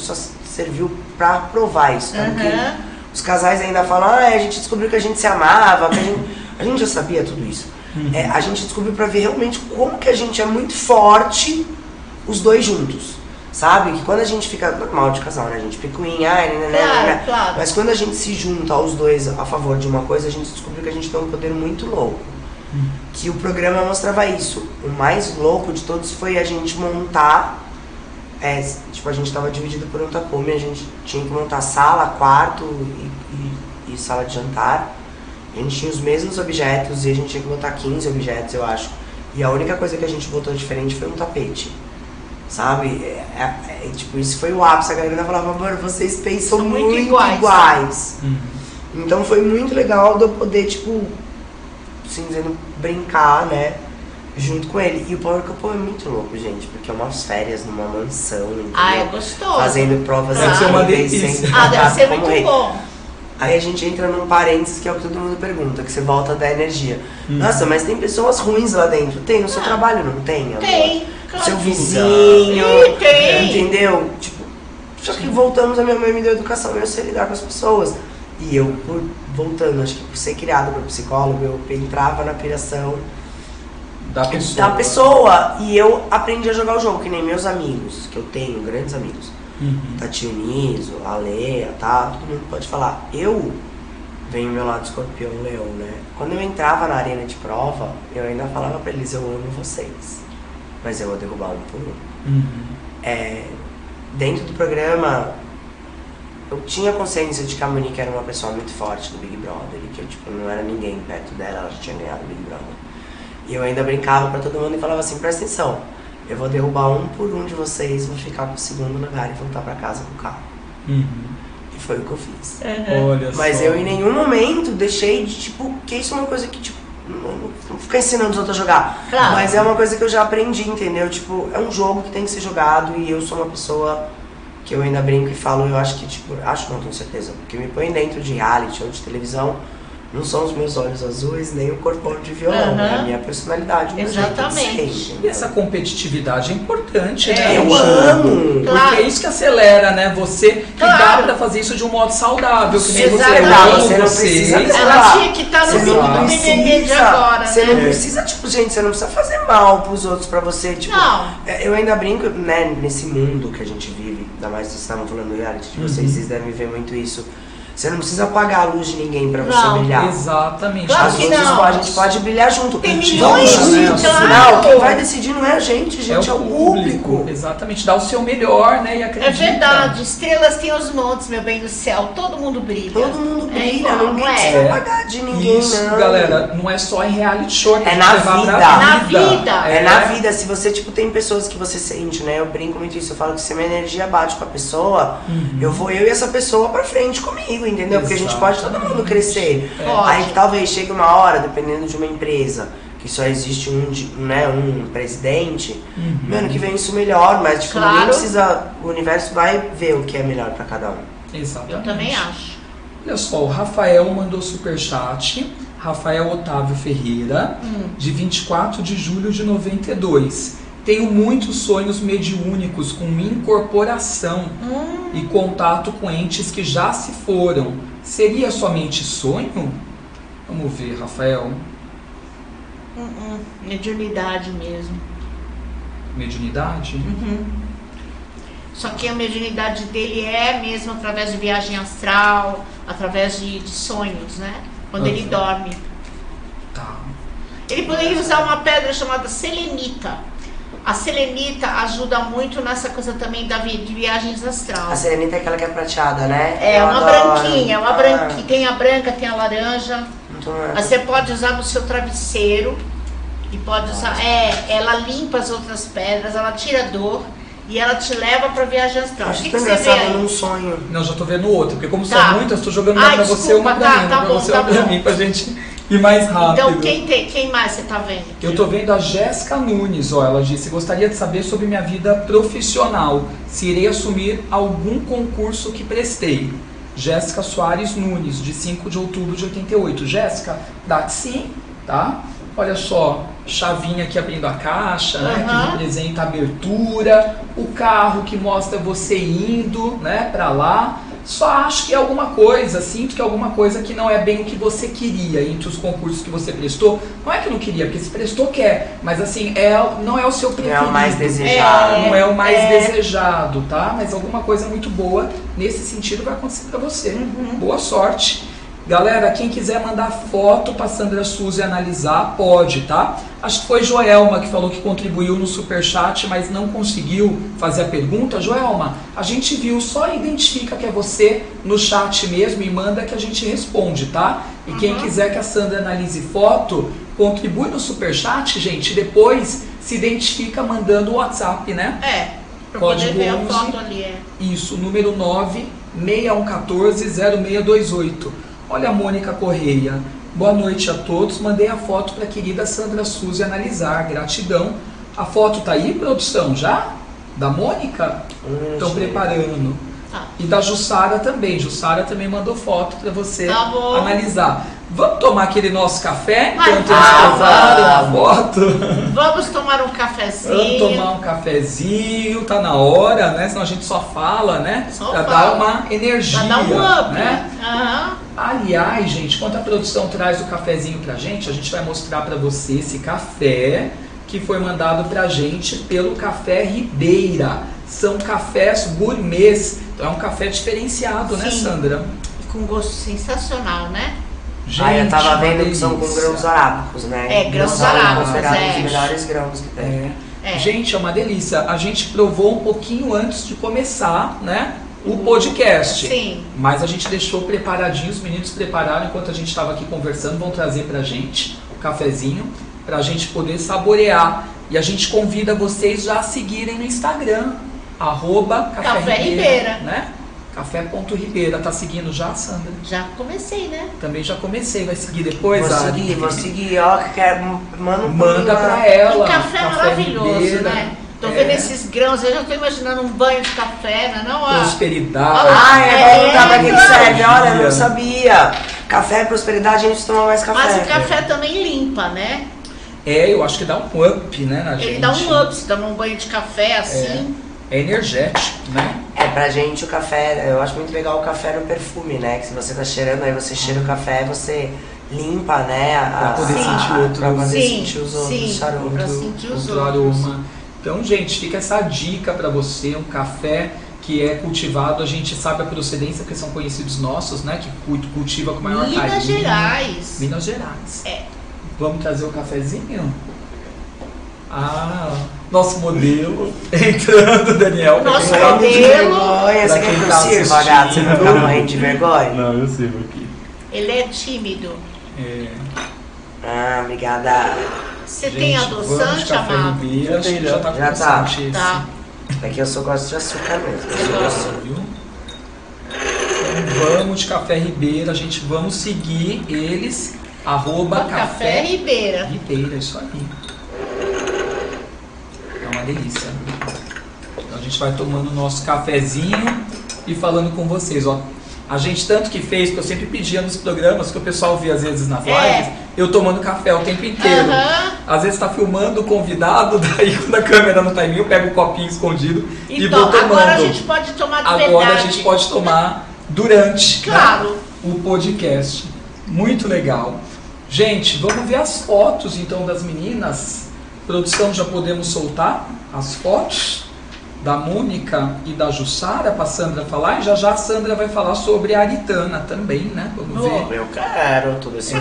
serviu pra provar isso, tá? Porque Aham. os casais ainda falam, a gente descobriu que a gente se amava, que a gente já sabia tudo isso. A gente descobriu pra ver realmente como que a gente é muito forte, os dois juntos. Sabe? Que quando a gente fica normal de casal, né? A gente picuinha, Claro, claro. mas quando a gente se junta os dois a favor de uma coisa, a gente descobriu que a gente tem um poder muito louco. Que o programa mostrava isso. O mais louco de todos foi a gente montar. Tipo, a gente tava dividido por um tapume, a gente tinha que montar sala, quarto e sala de jantar. A gente tinha os mesmos objetos e a gente tinha que botar 15 objetos, eu acho. E a única coisa que a gente botou diferente foi um tapete. Sabe? Tipo, isso foi o ápice. A galera falava, amor, vocês pensam São muito iguais. Então foi muito legal de eu poder, tipo, assim dizendo, brincar, né? Junto com ele. E o Power Couple é muito louco, gente, porque é umas férias numa mansão, entendeu? É gostoso. Fazendo provas Deve ser uma incríveis, delícia. sendo Deve tratado ser como muito rei. bom. Aí a gente entra num parênteses que é o que todo mundo pergunta, que você volta da energia. Nossa, mas tem pessoas ruins lá dentro. Tem, no seu trabalho não tem, amor? Tem. Claro. Seu vizinho, Tem. entendeu? Tipo, só que voltamos, a minha mãe me deu educação, eu sei lidar com as pessoas. E eu, voltando, acho que por ser criado por psicólogo, eu entrava na piração da pessoa. E eu aprendi a jogar o jogo, que nem meus amigos, que eu tenho, grandes amigos. Tati Niso, a Lea, tá? Todo mundo pode falar. Eu venho meu lado escorpião, leão, né? Quando eu entrava na arena de prova, eu ainda falava pra eles, eu amo vocês, mas eu vou derrubar um por um. Dentro do programa, eu tinha consciência de que a Monique era uma pessoa muito forte do Big Brother, e que eu, tipo, não era ninguém perto dela, ela já tinha ganhado o Big Brother. E eu ainda brincava pra todo mundo e falava assim, presta atenção, eu vou derrubar um por um de vocês, vou ficar com o segundo lugar e voltar pra casa com o carro. E foi o que eu fiz. Olha Mas só. eu em nenhum momento deixei de, tipo, que isso é uma coisa que, tipo, não ficar ensinando os outros a jogar. Claro. Mas é uma coisa que eu já aprendi, entendeu? Tipo, é um jogo que tem que ser jogado e eu sou uma pessoa que eu ainda brinco e falo, eu acho que, tipo, acho não, tenho certeza, porque me põe dentro de reality ou de televisão, não são os meus olhos azuis, nem o corpão de violão, é a minha personalidade, o meu jeito de ser, Exatamente. entendeu? E essa competitividade é importante, né? Eu no jogo. amo! Porque Claro. é isso que acelera, né? Você que Claro. dá pra fazer isso de um modo saudável, que nem você Exatamente. ama Você não vocês. precisa Ela tinha que estar no Você mundo não do BBB de agora, Você né? não precisa, tipo, gente, você não precisa fazer mal pros outros pra você, tipo... Não. Eu ainda brinco, né, nesse mundo que a gente vive, ainda mais vocês estavam falando do reality de vocês devem ver muito isso. Você não precisa apagar a luz de ninguém pra você Não. brilhar. Exatamente. Claro As que luzes, não. a gente pode brilhar junto. Tem Vamos milhões juntos, de- no claro. final, quem vai decidir não é a gente, é o público. Exatamente. Dá o seu melhor, né? E É acredita. verdade, estrelas têm os montes, meu bem do céu, todo mundo brilha. Todo mundo brilha, igual, ninguém não precisa é? apagar de ninguém, Isso, não. galera, não é só em reality show, que É a gente na levar vida. pra Na vida. É na vida, se você, tipo, tem pessoas que você sente, né? Eu brinco muito isso, eu falo que se a minha energia bate com a pessoa, eu e essa pessoa pra frente comigo, entendeu? Porque a gente pode todo mundo crescer. Pode. Aí talvez chegue uma hora, dependendo de uma empresa, que só existe um presidente, no ano que vem isso melhor, mas tipo, Claro. ninguém precisa, o universo vai ver o que é melhor pra cada um. Exatamente. Eu também acho. Olha só, o Rafael mandou superchat. Rafael Otávio Ferreira, de 24 de julho de 92. Tenho muitos sonhos mediúnicos com incorporação e contato com entes que já se foram. Seria somente sonho? Vamos ver, Rafael. Mediunidade mesmo. Mediunidade? Só que a mediunidade dele é mesmo através de viagem astral, através de sonhos, né? Quando ele dorme. Tá. Ele poderia usar uma pedra chamada selenita. A selenita ajuda muito nessa coisa também de viagens astrais. A serenita é aquela que é prateada, né? É Eu uma adoro. branquinha, uma branquinha. Tem a branca, tem a laranja. Muito Aí você pode usar no seu travesseiro e pode usar. Ela limpa as outras pedras, ela tira a dor e ela te leva pra viagem astral. O Acho que tão você vê engraçado aí? num sonho. Não, já tô vendo outro, porque como Tá. são muitas, tô jogando uma pra você, uma pra desculpa, mim, tá uma pra bom, você, tá uma pra bom. mim, pra gente ir mais rápido. Então quem mais você tá vendo? Eu tô vendo a Jéssica Nunes, ó, ela disse: gostaria de saber sobre minha vida profissional, se irei assumir algum concurso que prestei. Jéssica Soares Nunes, de 5 de outubro de 88. Jéssica, dá que sim, tá? Olha só, chavinha aqui abrindo a caixa, né, que Aham. representa a abertura, o carro que mostra você indo, né, para lá. Só acho que é alguma coisa, sinto que é alguma coisa que não é bem o que você queria entre os concursos que você prestou. Não é que não queria, porque se prestou quer, mas assim, não é o seu Não preferido. é o mais desejado. Não é o mais desejado, tá? Mas alguma coisa muito boa nesse sentido vai acontecer pra você. Boa sorte. Galera, quem quiser mandar foto pra Sandra Suzy analisar, pode, tá? Acho que foi Joelma que falou que contribuiu no superchat, mas não conseguiu fazer a pergunta. Joelma, a gente viu, só identifica que é você no chat mesmo e manda que a gente responde, tá? E quem quiser que a Sandra analise foto, contribui no superchat, gente, depois se identifica mandando o WhatsApp, né? Pra Código poder ver a 11. foto ali, Isso, número 961140628. Olha a Mônica Correia. Boa noite a todos. Mandei a foto para a querida Sandra Suzy analisar. Gratidão. A foto tá aí, produção, já? Da Mônica? Estão preparando. Tá. E da Jussara também. Jussara também mandou foto para você Tá bom. analisar. Vamos tomar aquele nosso café Vai, enquanto eles vamos. preparam a foto? Vamos tomar um cafezinho. Vamos tomar um cafezinho, tá na hora, né? Senão a gente só fala, né? Só pra fala. dar uma energia, Pra dar um up, né? Aham. Aliás, gente, quando a produção traz o cafezinho pra gente, a gente vai mostrar pra você esse café que foi mandado pra gente pelo Café Ribeira. São cafés gourmets, então é um café diferenciado, né, Sim. Sandra? E com gosto sensacional, né? Gente, Eu tava uma vendo que são com delícia. grãos arábicos, né? Grãos São arábicos, considerados os melhores grãos que tem. Gente, é uma delícia. A gente provou um pouquinho antes de começar, né, o podcast. Sim. Mas a gente deixou preparadinho, os meninos prepararam enquanto a gente estava aqui conversando, vão trazer pra gente o cafezinho, pra gente poder saborear. E a gente convida vocês já a seguirem no Instagram, Café Ribeira. né? Café.ribeira. Tá seguindo já, Sandra? Já comecei, né? Também já comecei. Vai seguir depois, Ari? Vou seguir, ó, que quero, Manda pra ela. E café é maravilhoso, Ribeira. né? Tô vendo esses grãos, eu já tô imaginando um banho de café, né? Não, ó. Prosperidade. Vai perguntar pra quem que serve. Olha, eu Dia. não sabia. Café, prosperidade, a gente toma mais café. Mas o café também limpa, né? Eu acho que dá um up, né, na gente. Ele dá um up, você toma um banho de café assim. É energético, né? Pra gente o café, eu acho muito legal o café no perfume, né? Que se você tá cheirando, aí você cheira o café, você limpa, né? Pra poder sentir outros. Pra poder Sim, sentir os outros sim. charutos. Pra sentir os outro outros. aroma. Então, gente, fica essa dica pra você, um café que é cultivado, a gente sabe a procedência, porque são conhecidos nossos, né? Que cultiva com maior carinho. Minas Gerais. Minas Gerais. É. Vamos trazer o cafezinho? Nosso modelo entrando, Daniel. pra Nosso quem tá- modelo. Vergonha, você Pra quer quem que eu tá sirva, gato? Você vai ficar assistindo. morrendo de vergonha? Não, eu sirvo aqui. Ele é tímido. Obrigada. Você Gente, tem vamos de adoçante, café amado? Ribeira, acho que já tá com Já tá. adoçante esse. Tá. É que eu só gosto de açúcar mesmo. Eu gosto. Viu? Então, vamos de Café Ribeira, gente, vamos seguir eles, Café Ribeira. Ribeira, isso aí. É uma delícia. Então a gente vai tomando o nosso cafezinho e falando com vocês, ó. A gente tanto que fez, porque eu sempre pedia nos programas, que o pessoal via às vezes nas lives, eu tomando café o tempo inteiro. Aham. Às vezes tá filmando o convidado, daí quando a câmera não tá em mim, eu pego o copinho escondido e Então, vou tomando. agora a gente pode tomar de Agora verdade. a gente pode tomar durante, Claro. né, o podcast. Muito legal. Gente, vamos ver as fotos então das meninas. Produção, já podemos soltar as fotos da Mônica e da Jussara para a Sandra falar. E já já a Sandra vai falar sobre a Aritana também, né? Vamos ver. Eu quero tudo assim.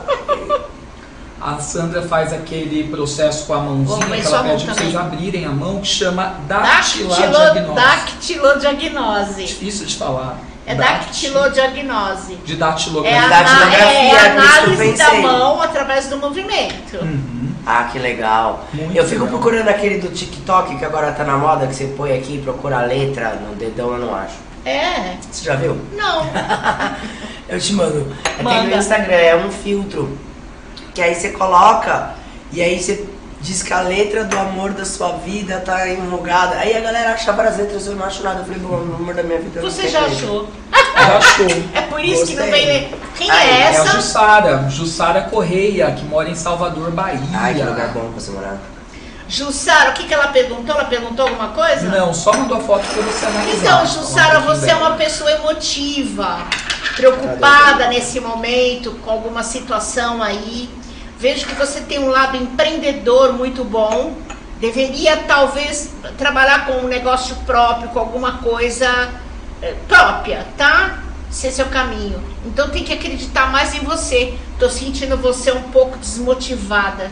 A Sandra faz aquele processo com a mãozinha, Vamos ver que sua ela mão pede para vocês também. abrirem a mão, que chama dactilodiagnose. Dactilodiagnose. Difícil de falar. É dactilodiagnose. De É datilografia. a Datilografia, por isso que eu análise da pensei. mão através do movimento. Ah, que legal. Muito Eu fico legal. procurando aquele do TikTok, que agora tá na moda, que você põe aqui e procura a letra no dedão, eu não acho. É. Você já viu? Não. Eu te mando. Tem Manda. no Instagram, é um filtro. Que aí você coloca e aí você diz que a letra do amor da sua vida tá enrugada. Aí a galera acha várias letras, eu não acho nada. Eu falei, bom, o amor da minha vida não Você tem já letra. achou? Já achou. É por isso que não Gostei. vem... Quem Ai, é É a essa? Jussara Correia, que mora em Salvador, Bahia. Ai, que lugar bom pra você morar. Jussara, o que ela perguntou? Ela perguntou alguma coisa? Não, só mandou a foto pra você analisar. Então, Jussara, Falar um pouquinho você é uma dela. pessoa emotiva, preocupada nesse momento com alguma situação aí. Vejo que você tem um lado empreendedor muito bom. Deveria, talvez, trabalhar com um negócio próprio, com alguma coisa própria, tá? Esse é seu caminho. Então, tem que acreditar mais em você. Tô sentindo você um pouco desmotivada.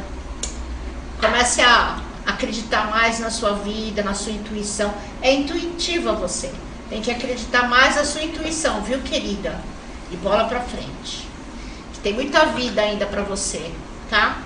Comece a acreditar mais na sua vida, na sua intuição. É intuitiva você. Tem que acreditar mais na sua intuição, viu, querida? E bola pra frente. Que tem muita vida ainda pra você, tá?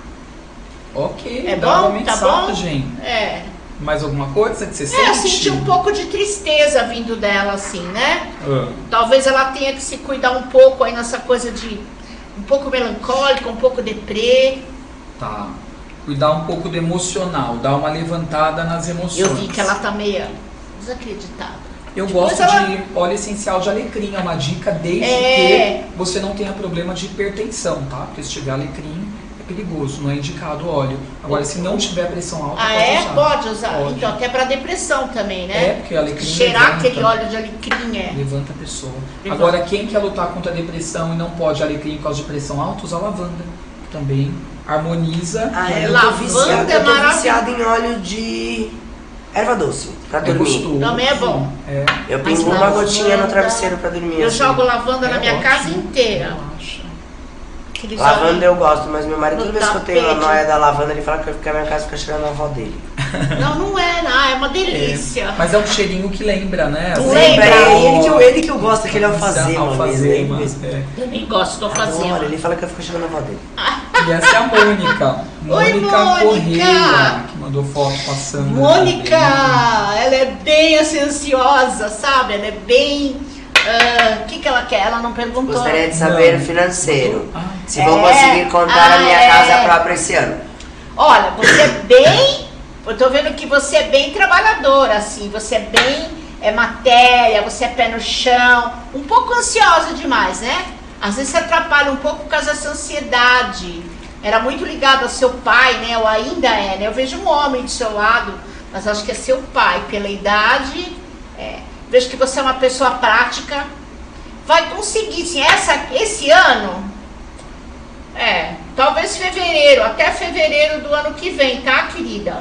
Ok, É dá uma bom? Tá bom? mensagem. É. Mais alguma coisa que você Eu sente? senti um pouco de tristeza vindo dela, assim, né? Ah, Talvez ela tenha que se cuidar um pouco aí nessa coisa de um pouco melancólica, um pouco deprê. tá. Cuidar um pouco do emocional, dar uma levantada nas emoções. Eu vi que ela tá meio desacreditada. Eu Depois gosto ela- de óleo essencial de alecrim, é uma dica desde É. que você não tenha problema de hipertensão, tá? Porque se tiver alecrim é perigoso, não é indicado óleo. Agora, se não tiver pressão alta, Ah, pode é? usar. Pode usar. Pode. Então, até pra depressão também, né? É, porque o alecrim Cheirar levanta. aquele óleo de alecrim é. Levanta a pessoa. Levanta. Agora, quem quer lutar contra a depressão e não pode alecrim por causa de pressão alta, usa lavanda. Que também harmoniza. Ah, e eu tô Lavanda viciado, é eu tô maravilhoso. viciado em óleo de erva doce pra é dormir. gostoso. Também é bom. É. Eu Mas pingo uma lavanda- gotinha no travesseiro pra dormir. Eu assim. jogo lavanda na É minha ótimo. casa inteira. Relaxa. Aqueles Lavanda óleos- eu gosto, mas meu marido, No toda vez que eu tenho a tapete. noia da lavanda, ele fala que a minha casa fica cheirando a avó dele. Não, não é, não. É uma delícia. Mas é um cheirinho que lembra, né? Tu Assim, lembra? Ele que eu gosto, aquele alfazema Alfazema, mesmo. é. Também gosto do Adoro, alfazema. ele fala que eu fico cheirando a avó dele. E essa é a Mônica. Oi, Mônica. Correia, que mandou foto passando. Mônica, ela é bem assim, ansiosa, sabe? Ela é bem... O que ela quer? Ela não perguntou. Gostaria de saber Não. o financeiro. Ah, Se vou É. conseguir comprar a minha Ah, casa é. própria esse ano. Olha, você é bem... Eu tô vendo que você é bem trabalhadora, assim. Você é bem matéria, você é pé no chão. Um pouco ansiosa demais, né? Às vezes você atrapalha um pouco por causa dessa ansiedade. Era muito ligado ao seu pai, né? Ou ainda é, né? Eu vejo um homem do seu lado, mas acho que é seu pai. Pela idade, vejo que você é uma pessoa prática. Vai conseguir, sim. Esse ano... talvez fevereiro, até fevereiro do ano que vem, tá, querida?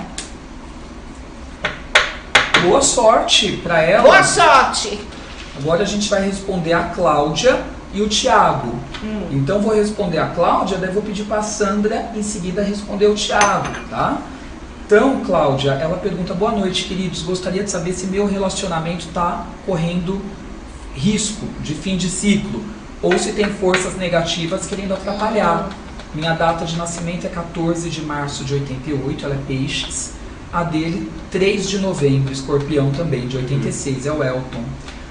boa sorte pra ela. Boa sorte! Agora a gente vai responder a Cláudia e o Thiago. Então vou responder a Cláudia, daí vou pedir pra Sandra em seguida responder o Thiago, tá? Então, Cláudia, ela pergunta: boa noite, queridos. Gostaria de saber se meu relacionamento tá correndo risco de fim de ciclo ou se tem forças negativas querendo atrapalhar. Minha data de nascimento é 14 de março de 88, ela é peixes. A dele, 3 de novembro, escorpião também, de 86, é o Elton.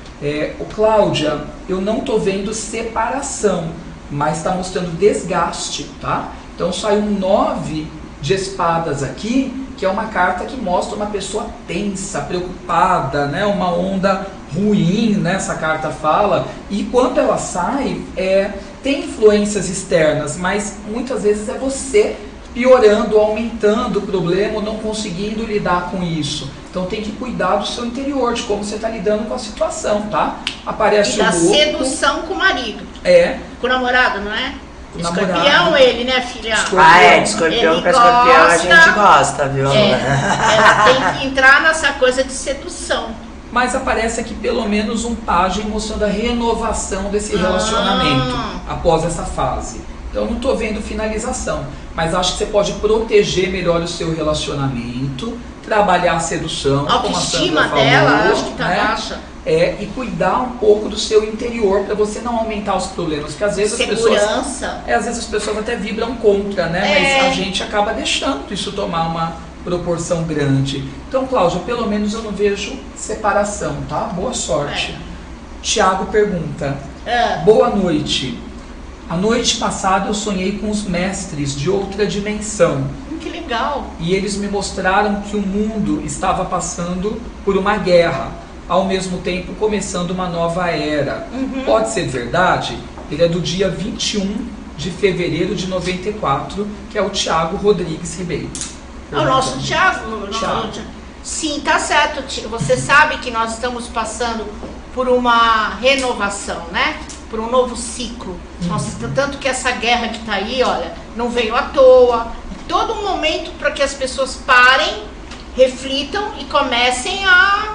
Cláudia, eu não tô vendo separação, mas está mostrando desgaste, tá? Então sai um 9 de espadas aqui, que é uma carta que mostra uma pessoa tensa, preocupada, né? Uma onda ruim, né? Essa carta fala. E quando ela sai, tem influências externas, mas muitas vezes é você piorando, aumentando o problema, ou não conseguindo lidar com isso. Então tem que cuidar do seu interior, de como você está lidando com a situação, tá? Aparece E da o louco. sedução com o marido. Com o namorado, não é? Com o Escorpião namorado. ele, né, filha? Escorpião. De escorpião Ele pra escorpião a gosta. gente gosta, viu? Ela tem que entrar nessa coisa de sedução. Mas aparece aqui pelo menos um pajem mostrando a renovação desse relacionamento após essa fase. Então eu não estou vendo finalização, mas acho que você pode proteger melhor o seu relacionamento, trabalhar a sedução, A como a autoestima Sandra falou, dela, acho que tá né? baixa. E cuidar um pouco do seu interior para você não aumentar os problemas, porque às vezes Segurança. às vezes as pessoas até vibram contra, né? Mas a gente acaba deixando isso tomar uma proporção grande. Então, Cláudia, pelo menos eu não vejo separação, tá? Boa sorte. Tiago pergunta: boa noite. A noite passada eu sonhei com os mestres de outra dimensão. Que legal. E eles me mostraram que o mundo estava passando por uma guerra. ao mesmo tempo começando uma nova era. Pode ser verdade? Ele é do dia 21 de fevereiro de 94, que é o Thiago Rodrigues Ribeiro. O nosso Thiago. Sim, tá certo. Você sabe que nós estamos passando por uma renovação, né? Por um novo ciclo. Tanto que essa guerra que tá aí, olha, não veio à toa. Todo um momento para que as pessoas parem, reflitam e comecem a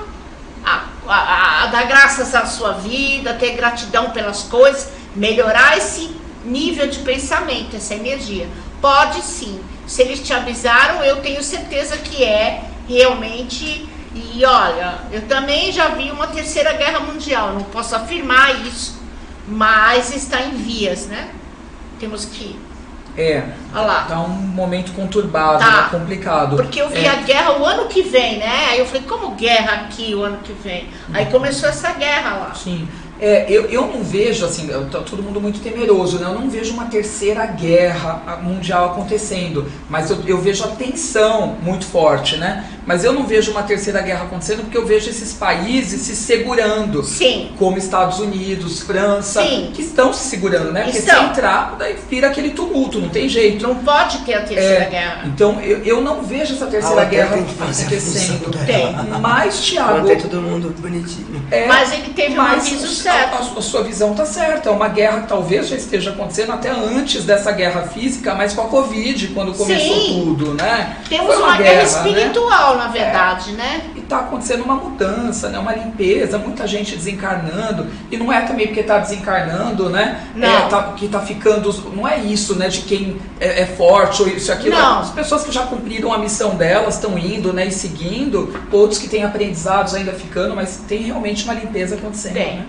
dar graças à sua vida, ter gratidão pelas coisas, melhorar esse nível de pensamento, essa energia. Pode sim. Se eles te avisaram, eu tenho certeza que é realmente. E olha, eu também já vi uma terceira guerra mundial, não posso afirmar isso, mas está em vias, né? Temos que... Olha lá. Tá um momento conturbado, tá. Né? Complicado. Porque eu vi a guerra o ano que vem, né? Aí eu falei, como guerra aqui o ano que vem? Aí começou essa guerra lá. Sim. Eu não vejo, assim, tá todo mundo muito temeroso, né? Eu não vejo uma terceira guerra mundial acontecendo, mas eu vejo a tensão muito forte, né? Mas eu não vejo uma terceira guerra acontecendo porque eu vejo esses países se segurando. Sim. Como Estados Unidos, França, sim. Que estão se segurando, né? Porque se entrar, daí vira aquele tumulto, não tem jeito. Não pode ter a terceira guerra. Então, eu não vejo essa terceira guerra acontecendo. Tem. Mas, Thiago... Manter todo mundo bonitinho. Mas ele teve um aviso certo. A sua visão está certa. É uma guerra que talvez já esteja acontecendo até antes dessa guerra física, mas com a Covid, quando começou tudo, né? Temos uma guerra espiritual, né? Na verdade, né? E está acontecendo uma mudança, né? Uma limpeza, muita gente desencarnando. E não é também porque está desencarnando, né? Não. Que está ficando... Não é isso, né? De quem é forte ou isso e aquilo. Não. As pessoas que já cumpriram a missão delas estão indo, né? E seguindo. Outros que têm aprendizados ainda ficando, mas tem realmente uma limpeza acontecendo, né?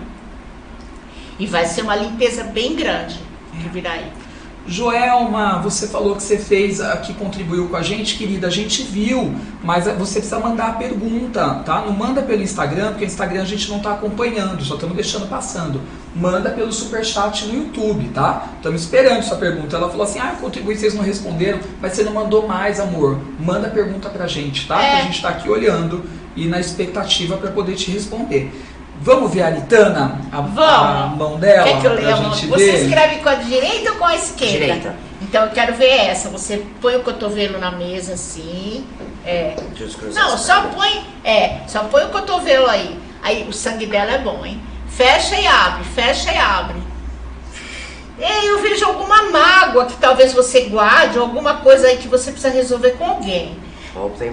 E vai ser uma limpeza bem grande que virá aí. Joelma, você falou que você fez, que contribuiu com a gente, querida, a gente viu, mas você precisa mandar a pergunta, tá? Não manda pelo Instagram, porque o Instagram a gente não está acompanhando, só estamos deixando passando. Manda pelo Superchat no YouTube, tá? Estamos esperando sua pergunta. Ela falou assim, eu contribuí, vocês não responderam, mas você não mandou mais, amor. Manda a pergunta pra gente, tá? Que a gente está aqui olhando e na expectativa para poder te responder. Vamos ver a Aritana? A mão dela? Quer que eu leia a mão? Você escreve com a direita ou com a esquerda? Direita. Então eu quero ver essa. Você põe o cotovelo na mesa assim. Não, só põe o cotovelo aí. Aí o sangue dela é bom, hein? Fecha e abre, fecha e abre. E eu vejo alguma mágoa que talvez você guarde, ou alguma coisa aí que você precisa resolver com alguém. Ou tem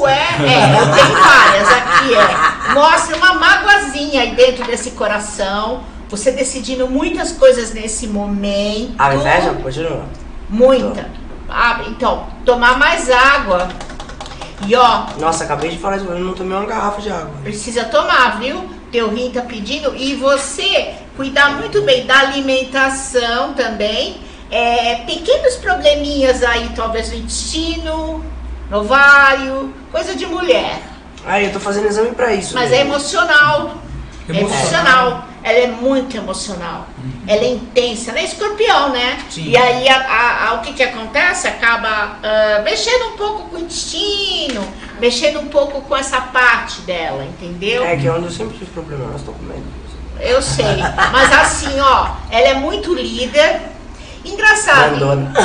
várias, aqui mostra uma mágoazinha aí dentro desse coração, você decidindo muitas coisas nesse momento. A inveja? Continua. Muita. Então, tomar mais água. E ó... Nossa, acabei de falar isso, eu não tomei uma garrafa de água. Precisa tomar, viu? Teu rim tá pedindo. E você cuidar muito bem da alimentação também. Pequenos probleminhas aí, talvez no intestino, no ovário, coisa de mulher. Eu tô fazendo exame pra isso. Mas é emocional. É emocional. Ela é muito emocional. Ela é intensa. Ela é escorpião, né? Sim. E aí o que acontece? Acaba mexendo um pouco com o intestino, mexendo um pouco com essa parte dela, entendeu? Que é onde eu sempre tive problema, eu estou comendo. Eu sei. Mas assim, ó, ela é muito líder. Engraçado.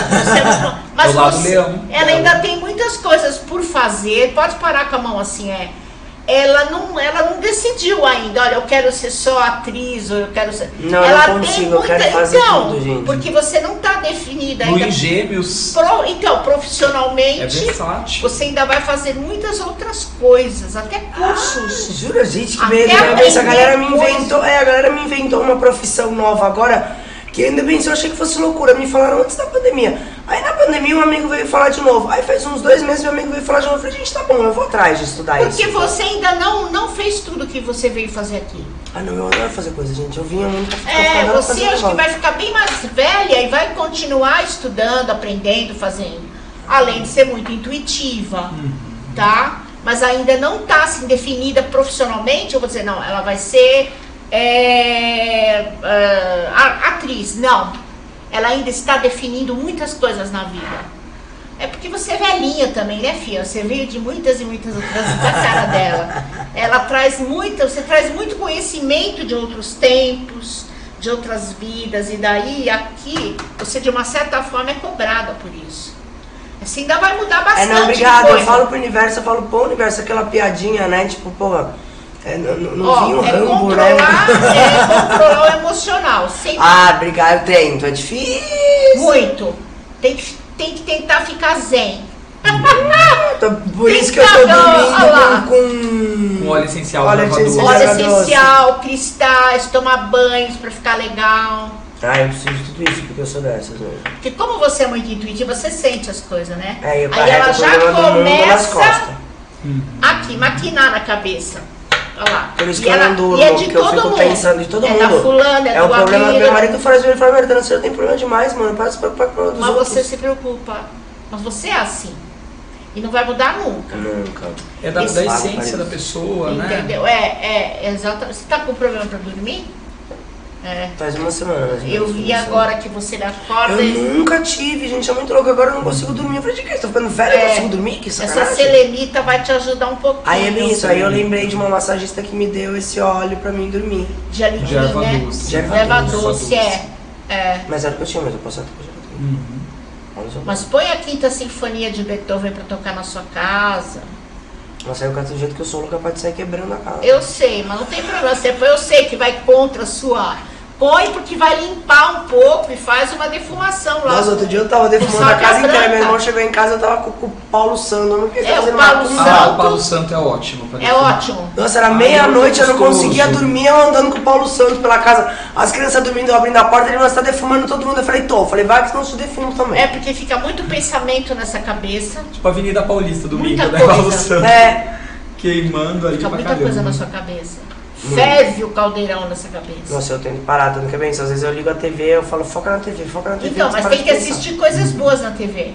Mas ela ainda tem muitas coisas por fazer. Pode parar com a mão assim, ela não decidiu ainda, olha, eu quero ser só atriz, ou eu quero ser... Não, eu não consigo, eu quero fazer tudo, gente. Porque você não está definida ainda. Luiz Gêmeos. Então, profissionalmente, você ainda vai fazer muitas outras coisas, até cursos. Jura, gente, que medo, né? A galera me inventou uma profissão nova agora. Que ainda bem, eu achei que fosse loucura, me falaram antes da pandemia. Aí na pandemia um amigo veio falar de novo. Aí faz uns 2 meses meu amigo veio falar de novo. Eu falei, gente, tá bom, eu vou atrás de estudar isso. Porque você ainda não fez tudo que você veio fazer aqui. Não, eu adoro fazer coisa, gente. Eu vinha muito você acho que vai ficar bem mais velha e vai continuar estudando, aprendendo, fazendo. Além de ser muito intuitiva, tá? Mas ainda não tá assim definida profissionalmente. Eu vou dizer, não, ela vai ser... atriz, não. Ela ainda está definindo muitas coisas na vida. É porque você é velhinha também, né, filha? Você veio de muitas e muitas outras da cara dela. Ela traz você traz muito conhecimento de outros tempos, de outras vidas, e daí aqui você de uma certa forma é cobrada por isso. Assim ainda vai mudar bastante. Não, obrigada. Eu falo pro universo, aquela piadinha, né? Tipo, porra, não vinha o Rambo, né? É controlar o emocional. Sempre. Obrigado, eu tento. É difícil. Muito. Tem que tentar ficar zen. Por isso que eu tô dormindo com óleo essencial. Óleo essencial, cristais, tomar banhos pra ficar legal. Eu preciso de tudo isso porque eu sou dessas, né? Porque como você é muito intuitiva, você sente as coisas, né? Eu aí ela já começa aqui, maquinar na cabeça. Olha lá. Por isso que eu não durmo, porque eu fico pensando de todo mundo. É da fulana, é o problema. Meu marido fala assim, você tem problema demais, mano. Para se preocupar com os Mas outros. você se preocupa. Mas você é assim. E não vai mudar nunca. Nunca. É da essência da pessoa, né? Entendeu? Exatamente. Você tá com problema pra dormir? Faz uma semana. Eu vi agora que você acorda. Eu nunca tive, gente. É muito louco. Agora eu não consigo dormir. Eu falei, de que? Você tá ficando velha? Eu consigo dormir? Que sacanagem. Essa selenita vai te ajudar um pouquinho. Aí é bem isso. Aí eu lembrei de uma massagista que me deu esse óleo pra mim dormir. De alecrim, né? Doce. De erva doce, Mas era o que eu tinha, mas eu posso até Mas põe a Quinta Sinfonia de Beethoven pra tocar na sua casa. Mas aí eu canto do jeito que eu sou, nunca pode sair quebrando a casa. Eu sei, mas não tem problema. Eu sei que vai contra a sua... Põe porque vai limpar um pouco e faz uma defumação lá. Nossa, outro dia eu tava defumando a casa inteira. Meu irmão chegou em casa, eu tava com o Paulo Santo. Eu não quis fazer o Paulo Santo é ótimo. É ótimo. Nossa, era meia-noite, eu não conseguia dormir, eu andando com o Paulo Santo pela casa. As crianças dormindo, eu abrindo a porta, ele tá defumando todo mundo. Eu falei, vai que senão eu te defumo também. É porque fica muito pensamento nessa cabeça. Tipo a Avenida Paulista, domingo, né? Paulo Santo. Queimando ali fica pra muita caramba. coisa na sua cabeça. Ferve o caldeirão nessa cabeça. Nossa, eu tenho que parar, tanto que bem. Às vezes eu ligo a TV, eu falo, foca na TV. Então, mas tem que assistir coisas boas na TV.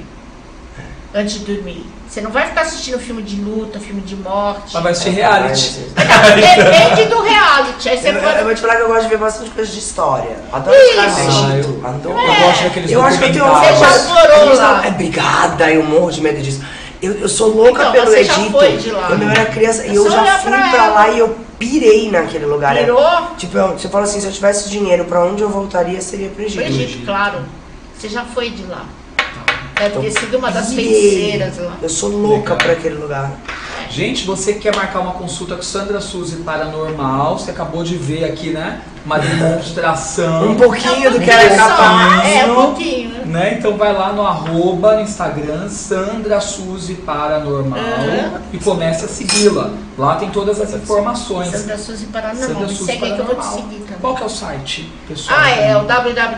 Antes de dormir. Você não vai ficar assistindo filme de luta, filme de morte. Mas vai assistir reality. Depende do reality. Aí você eu vou te falar que eu gosto de ver bastante coisa de história. Adoro ficar Egito. Adoro. Eu gosto daqueles Eu acho que eu tenho Você já explorou lá. Obrigada, eu morro de medo disso. Eu sou louca pelo Egito. Já foi de lá. Quando eu era criança, eu já fui pra lá e eu pirei naquele lugar. Pirou? Tipo, você fala assim, se eu tivesse dinheiro, pra onde eu voltaria seria pro Egito. Pro Egito, claro. Você já foi de lá. Deve ter sido uma das feiticeiras lá. Eu sou louca por aquele lugar. Gente, você que quer marcar uma consulta com Sandra Suzy Paranormal, você acabou de ver aqui, né? Uma demonstração. Um pouquinho do que era capaz. Um pouquinho. Né? Então vai lá no @ no Instagram, Sandra Suzy Paranormal, e comece a segui-la. Lá tem todas as informações. Sandra Suzy Paranormal. Segue aí que eu vou te seguir também. Qual que é o site, pessoal? É o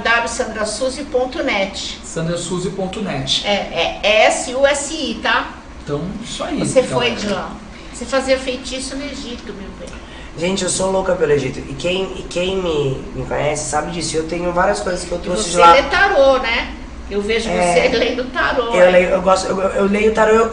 www.sandrasuzy.net. sandrasuzy.net. É SUSI, tá? Então, isso aí. Você foi de lá. Você fazia feitiço no Egito, meu bem. Gente, eu sou louca pelo Egito. E quem me conhece sabe disso. Eu tenho várias coisas que eu trouxe de lá. Você lê tarô, né? Eu vejo você lendo tarô. Eu leio tarô.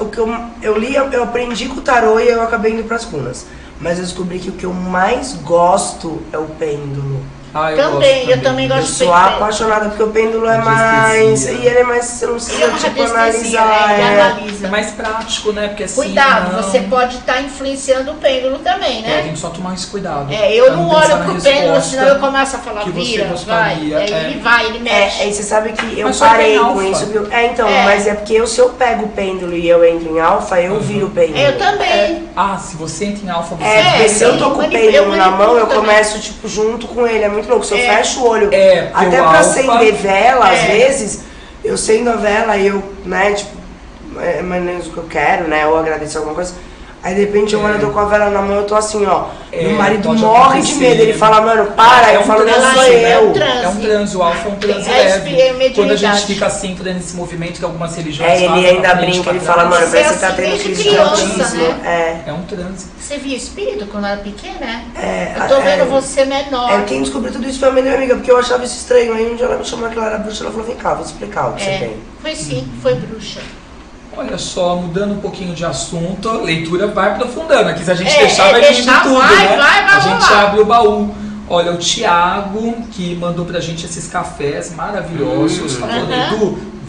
Eu aprendi com o tarô e eu acabei indo pras runas. Mas eu descobri que o que eu mais gosto é o pêndulo. Eu também gosto de pêndulo. Eu sou apaixonada porque o pêndulo é mais... E ele é mais... Você não precisa, analisar. É mais prático, né? Porque assim... Cuidado, você pode estar influenciando o pêndulo também, né? Tem que só tomar esse cuidado. Eu não olho pro pêndulo, senão eu começo a falar, vira, vai. Ele mexe. E você sabe que eu parei com isso, viu? Mas é porque se eu pego o pêndulo e eu entro em alfa, eu viro o pêndulo. Eu também. Se você entra em alfa, você... porque se eu tô com o pêndulo na mão, eu começo, tipo, junto com ele. É muito louco. Se eu fecho o olho, até pra acender vela, às vezes, eu acendo a vela e eu, né, tipo, mas o que eu quero, né, ou agradecer alguma coisa. Aí de repente eu olho, eu tô com a vela na mão, eu tô assim, ó. Meu marido morre de medo, ele fala, mano, para, eu falo, não sou eu. É um transe, o alfa é um transe leve. Quando a gente fica assim, fazendo esse movimento que algumas religiões fazem. Ele ainda brinca, ele fala, mano, parece que você tá tendo crise de autismo. É um transe. Você via espírito quando era pequena, Eu tô vendo você menor. Quem descobriu tudo isso foi a minha amiga, porque eu achava isso estranho. Aí um dia ela me chamou que ela era bruxa, ela falou, vem cá, vou te explicar o que você tem. Foi sim, foi bruxa. Olha só, mudando um pouquinho de assunto, a leitura vai aprofundando. Aqui se a gente deixar, vai vir de tudo, né? A gente abre o baú. Olha, o Thiago, que mandou pra gente esses cafés maravilhosos, falou, Edu,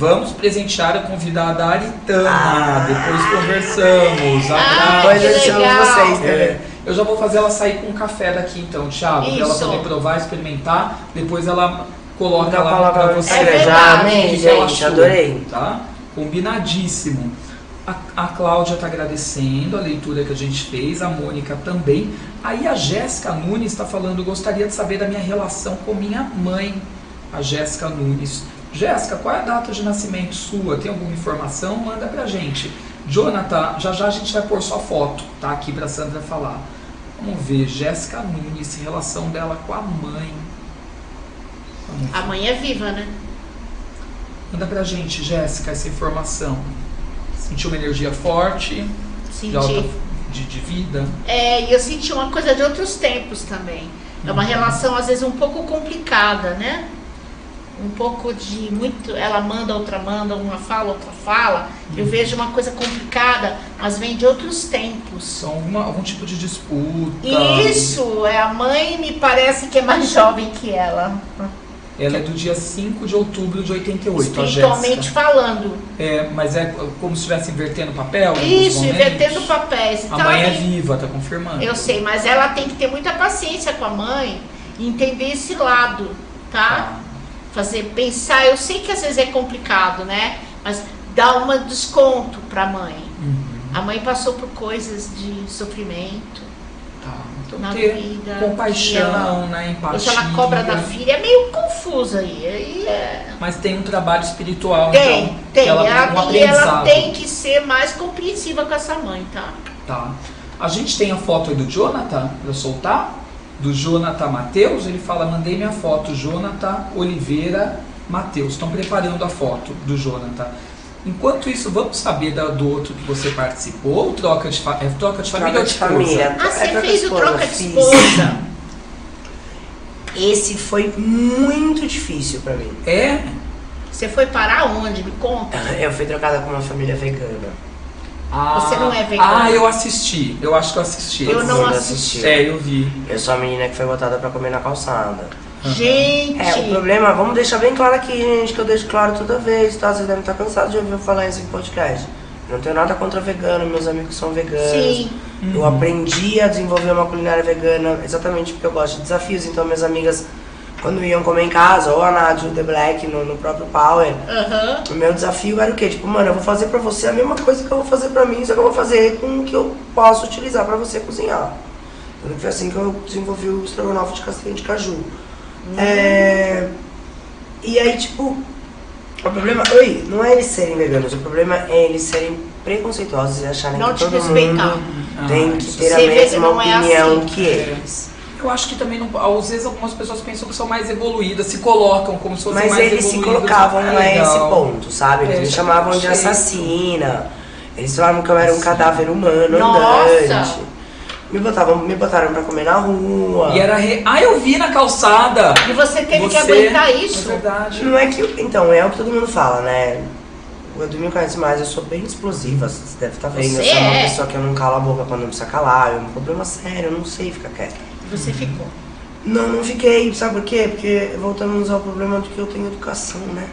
Vamos presentear a convidada Aritana. Depois conversamos. Depois eu chamo vocês, né? Eu já vou fazer ela sair com um café daqui então, Thiago. Pra ela poder provar, experimentar. Depois ela coloca lá pra você. Já amei, gente, adorei. Tá? Combinadíssimo. A Cláudia está agradecendo a leitura que a gente fez, a Mônica também. Aí a Jéssica Nunes está falando, gostaria de saber da minha relação com minha mãe, a Jéssica Nunes. Jéssica, qual é a data de nascimento sua? Tem alguma informação? Manda pra gente. Jonathan, já já a gente vai pôr sua foto, tá? Aqui pra Sandra falar. Vamos ver, Jéssica Nunes, relação dela com a mãe. A mãe é viva, né? Manda pra gente, Jéssica, essa informação. Sentiu uma energia forte? Senti. De vida? E eu senti uma coisa de outros tempos também. É uma relação, às vezes, um pouco complicada, né? Um pouco de muito... Ela manda, outra manda, uma fala, outra fala. Eu vejo uma coisa complicada, mas vem de outros tempos. São algum tipo de disputa. Isso! A mãe me parece que é mais jovem que ela. Ela é do dia 5 de outubro de 88, espiritualmente falando. Mas é como se estivesse invertendo papel? Isso, invertendo papéis. Então, a mãe é viva, tá confirmando. Eu sei, mas ela tem que ter muita paciência com a mãe e entender esse lado, tá? Pensar, eu sei que às vezes é complicado, né? Mas dá um desconto pra mãe. A mãe passou por coisas de sofrimento. Então na ter vida, compaixão, né, empatia. Hoje ela cobra da filha, é meio confusa aí. Mas tem um trabalho espiritual, tem. Ela tem que ser mais compreensiva com essa mãe, tá? Tá. A gente tem a foto aí do Jonathan, pra soltar? Do Jonathan Matheus, ele fala, mandei minha foto, Jonathan Oliveira Matheus. Estão preparando a foto do Jonathan. Enquanto isso, vamos saber do outro que você participou, ou troca de família ou de família? Você fez o troca de esposa? Esse foi muito difícil pra mim. Você foi parar onde? Me conta. Eu fui trocada com uma família vegana. Você não é vegana? Eu assisti. Eu acho que eu assisti. Eu não assisti. Eu vi. Eu sou a menina que foi botada pra comer na calçada. Gente! O problema, vamos deixar bem claro aqui, gente, que eu deixo claro toda vez, tá? Vocês devem estar cansados de ouvir eu falar isso em podcast. Não tenho nada contra vegano, meus amigos são veganos. Sim. Eu aprendi a desenvolver uma culinária vegana exatamente porque eu gosto de desafios. Então minhas amigas, quando iam comer em casa, ou a Nádia, o The Black, no próprio Power, o meu desafio era o quê? Tipo, mano, eu vou fazer pra você a mesma coisa que eu vou fazer pra mim, só que eu vou fazer com o que eu posso utilizar pra você cozinhar. Então foi assim que eu desenvolvi o estrogonofe de castanha de caju. E aí, tipo, o problema, não é eles serem veganos, o problema é eles serem preconceituosos e acharem que todo mundo tem que ter a mesma opinião que eles. Eu acho que também, às vezes, algumas pessoas pensam que são mais evoluídas, se colocam como se fossem mais evoluídas. Mas eles se colocavam a esse ponto, sabe? Eles me chamavam de assassina, eles falavam que eu era um cadáver humano andante. Me botaram pra comer na rua. E era eu vi na calçada. E você teve que aguentar isso? É verdade. Não é que... Então, é o que todo mundo fala, né? O Edu me conhece mais, eu sou bem explosiva, você deve estar vendo. Eu sou uma pessoa que eu não calo a boca quando não precisa calar. É um problema sério, eu não sei ficar quieta. E você ficou? Não fiquei. Sabe por quê? Porque voltamos ao problema de que eu tenho educação, né?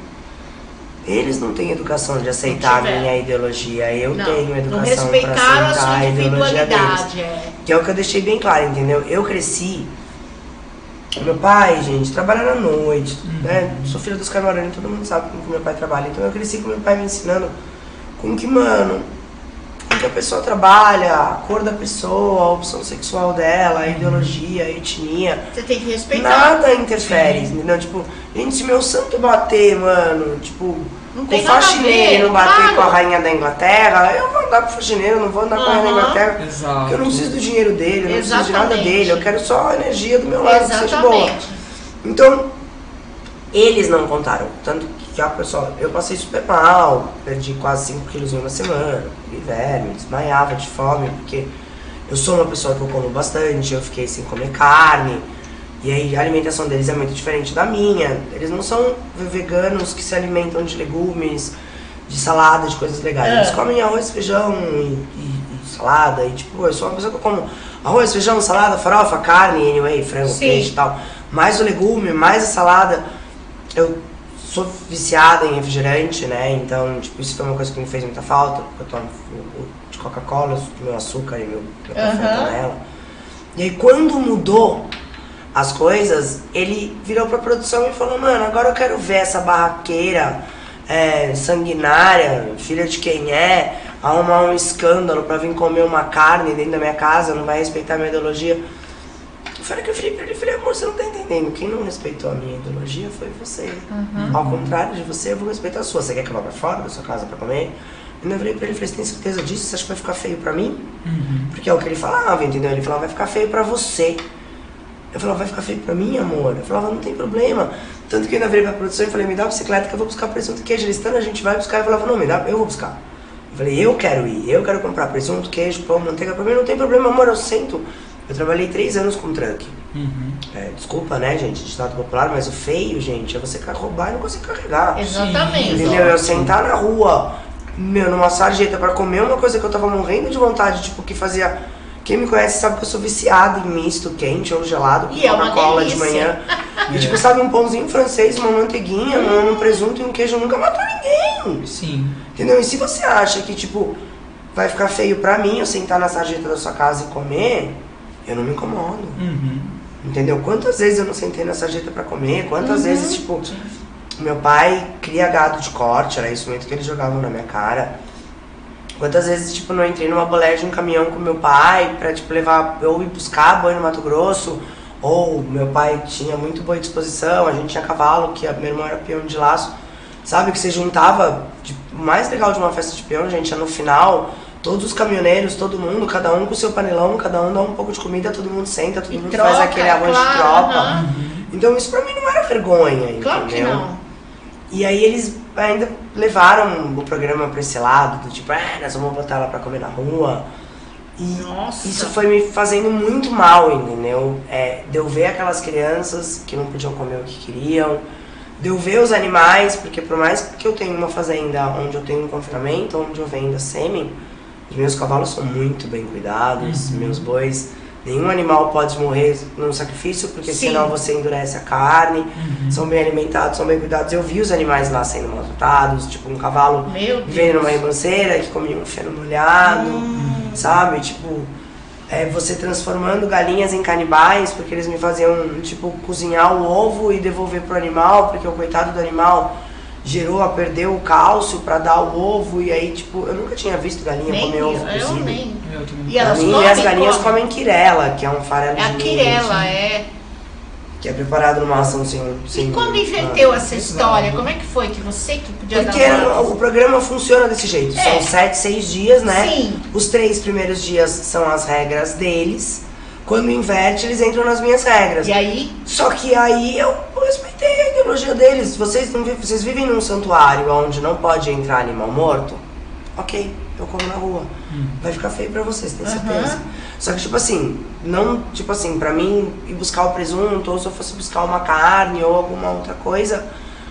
Eles não têm educação de aceitar a minha ideologia. Eu tenho educação para aceitar a ideologia deles. Que é o que eu deixei bem claro, entendeu? Eu cresci... Meu pai, gente, trabalha na noite, né? Sou filha dos Camarões, todo mundo sabe como que meu pai trabalha. Então eu cresci com meu pai me ensinando com que, mano, com que a pessoa trabalha, a cor da pessoa, a opção sexual dela, a ideologia, a etnia. Você tem que respeitar. Nada interfere, entendeu? Tipo, gente, se meu santo bater, mano, tipo, com o faxineiro bater com a rainha da Inglaterra, eu vou andar com o faxineiro, não vou andar com a rainha da Inglaterra. Exato. Porque eu não preciso do dinheiro dele, eu não preciso de nada dele, eu quero só a energia do meu lado que seja boa. Então, eles não contaram. Tanto que a pessoa, eu passei super mal, perdi quase 5 quilos em uma semana, me desmaiava de fome, porque eu sou uma pessoa que eu como bastante, eu fiquei sem comer carne. E aí a alimentação deles é muito diferente da minha. Eles não são veganos que se alimentam de legumes, de salada, de coisas legais. Eles comem arroz, feijão e salada. E tipo, eu sou uma pessoa que eu como arroz, feijão, salada, farofa, carne, anyway, frango, queijo e tal. Mais o legume, mais a salada. Eu sou viciada em refrigerante, né? Então, tipo, isso foi uma coisa que me fez muita falta, porque eu tomo o de Coca-Cola, meu açúcar e meu café panela. E aí, quando mudou as coisas, ele virou pra produção e falou, mano, agora eu quero ver essa barraqueira sanguinária, filha de quem é, arrumar um escândalo pra vir comer uma carne dentro da minha casa, não vai respeitar a minha ideologia. Eu falei pra ele, falei, amor, você não tá entendendo, quem não respeitou a minha ideologia foi você. Ao contrário de você, eu vou respeitar a sua. Você quer que eu vá pra fora da sua casa pra comer? E eu falei pra ele, você tem certeza disso? Você acha que vai ficar feio pra mim? Porque é o que ele falava, entendeu? Ele falava, vai ficar feio pra você. Eu falava, vai ficar feio pra mim, amor? Eu falava, não tem problema. Tanto que eu ainda virei pra produção e falei, me dá a bicicleta que eu vou buscar presunto e queijo. Eles estão, a gente vai buscar. Eu falava, não, me dá, eu vou buscar. Eu falei, eu quero ir, eu quero comprar presunto, queijo, pão, manteiga. Pra mim não tem problema, amor, eu sento. Eu trabalhei 3 anos com truck. Desculpa, né, gente, ditado popular, mas o feio, gente, é você roubar e não conseguir carregar. Exatamente. Entendeu? Eu sentar na rua, numa sarjeta pra comer uma coisa que eu tava morrendo de vontade, tipo, que fazia... Quem me conhece sabe que eu sou viciada em misto, quente ou gelado, com Coca-Cola de manhã. E tipo, sabe, um pãozinho francês, uma manteiguinha, um presunto e um queijo nunca matou ninguém. Sim. Entendeu? E se você acha que, tipo, vai ficar feio pra mim eu sentar na sarjeta da sua casa e comer, eu não me incomodo. Entendeu? Quantas vezes eu não sentei na sarjeta pra comer? Quantas vezes, tipo, meu pai cria gado de corte, era isso muito que eles jogavam na minha cara. Quantas vezes, tipo, não entrei numa bolé de um caminhão com meu pai pra, tipo, levar, eu ir buscar boi no Mato Grosso, ou meu pai tinha muito boa disposição, a gente tinha cavalo, que meu irmão era peão de laço, sabe, que você juntava, tipo, o mais legal de uma festa de peão, gente, é no final, todos os caminhoneiros, todo mundo, cada um com o seu panelão, cada um dá um pouco de comida, todo mundo senta, todo mundo faz aquele arroz de tropa. Então isso pra mim não era vergonha, claro entendeu? Que não. E aí eles ainda levaram o programa pra esse lado, do tipo, nós vamos botar ela pra comer na rua. E Nossa. isso foi me fazendo muito mal, entendeu? De eu ver aquelas crianças que não podiam comer o que queriam, de eu ver os animais, porque por mais que eu tenha uma fazenda onde eu tenho um confinamento, onde eu venda sêmen, os meus cavalos são muito bem cuidados, meus bois... Nenhum animal pode morrer num sacrifício, porque senão você endurece a carne. São bem alimentados, são bem cuidados. Eu vi os animais lá sendo maltratados, tipo um cavalo vendo numa ribanceira que comia um feno molhado, sabe? Tipo, você transformando galinhas em canibais, porque eles me faziam, tipo, cozinhar o ovo e devolver pro animal, porque o coitado do animal perdeu o cálcio pra dar o ovo, e aí, tipo, eu nunca tinha visto galinha comer ovo cozido. E as galinhas comem quirela, que é um farelo de milho. A quirela, que é preparado numa ação sem E quando inverteu essa história, como é que foi que você que podia Porque o programa funciona desse jeito. São 7, 6 dias, né? Sim. Os 3 primeiros dias são as regras deles. Quando inverte, eles entram nas minhas regras. E aí? Só que aí eu respeitei a ideologia deles. Vocês vivem num santuário onde não pode entrar animal morto? Ok, eu como na rua. Vai ficar feio pra vocês, tenho certeza. Só que, tipo assim, não, tipo assim, pra mim ir buscar o presunto, ou se eu fosse buscar uma carne ou alguma outra coisa,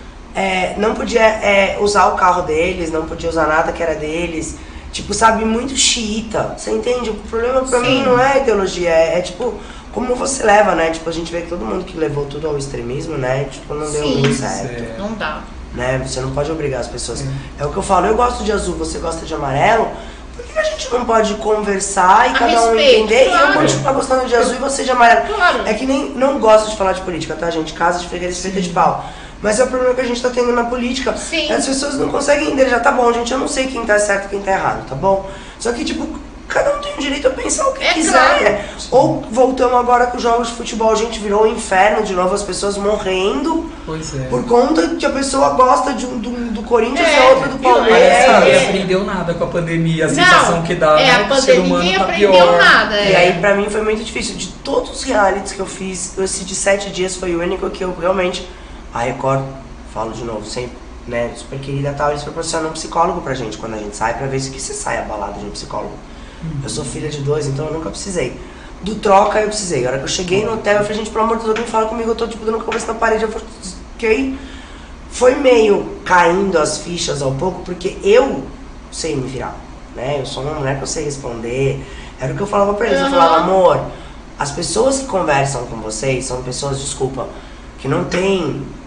não podia usar o carro deles, não podia usar nada que era deles. Tipo, sabe, muito xiita, você entende? O problema pra mim não é a ideologia, tipo, como você leva, né? Tipo, a gente vê que todo mundo que levou tudo ao extremismo, né? Tipo, não deu muito certo. Não dá. Né? Você não pode obrigar as pessoas. É o que eu falo, eu gosto de azul, você gosta de amarelo, por que a gente não pode conversar e cada um entender e eu continuar gostando de azul e você de amarelo? Claro. É que nem, não gosto de falar de política, tá, gente? Casa de freguesia feita de pau. Mas é o problema que a gente tá tendo na política. As pessoas não conseguem entender, já tá bom, gente, eu não sei quem tá certo e quem tá errado, tá bom? Só que, tipo, cada um tem o direito a pensar o que quiser. Claro. Ou voltamos agora com os jogos de futebol, gente, virou um inferno de novo, as pessoas morrendo por conta que a pessoa gosta do Corinthians e a outra do Palmeiras. Ninguém aprendeu nada com a pandemia, a sensação que dá, né? A pandemia ninguém aprendeu nada. E aí pra mim foi muito difícil. De todos os realities que eu fiz, esse de 7 dias foi o único que eu realmente... A Record, falo de novo, sempre, né, super querida e tal, eles proporcionam um psicólogo pra gente quando a gente sai, pra ver se você sai abalado de um psicólogo. Eu sou filha de 2, então eu nunca precisei. Do troca eu precisei. A hora que eu cheguei no hotel, eu falei, gente, pelo amor de Deus, alguém fala comigo, eu tô tipo dando cabeça na parede. Eu fiquei... Foi meio caindo as fichas ao pouco, porque eu sei me virar, né? Eu sou uma mulher que eu sei responder. Era o que eu falava pra eles, eu falava, amor, as pessoas que conversam com vocês são pessoas, desculpa, que não tem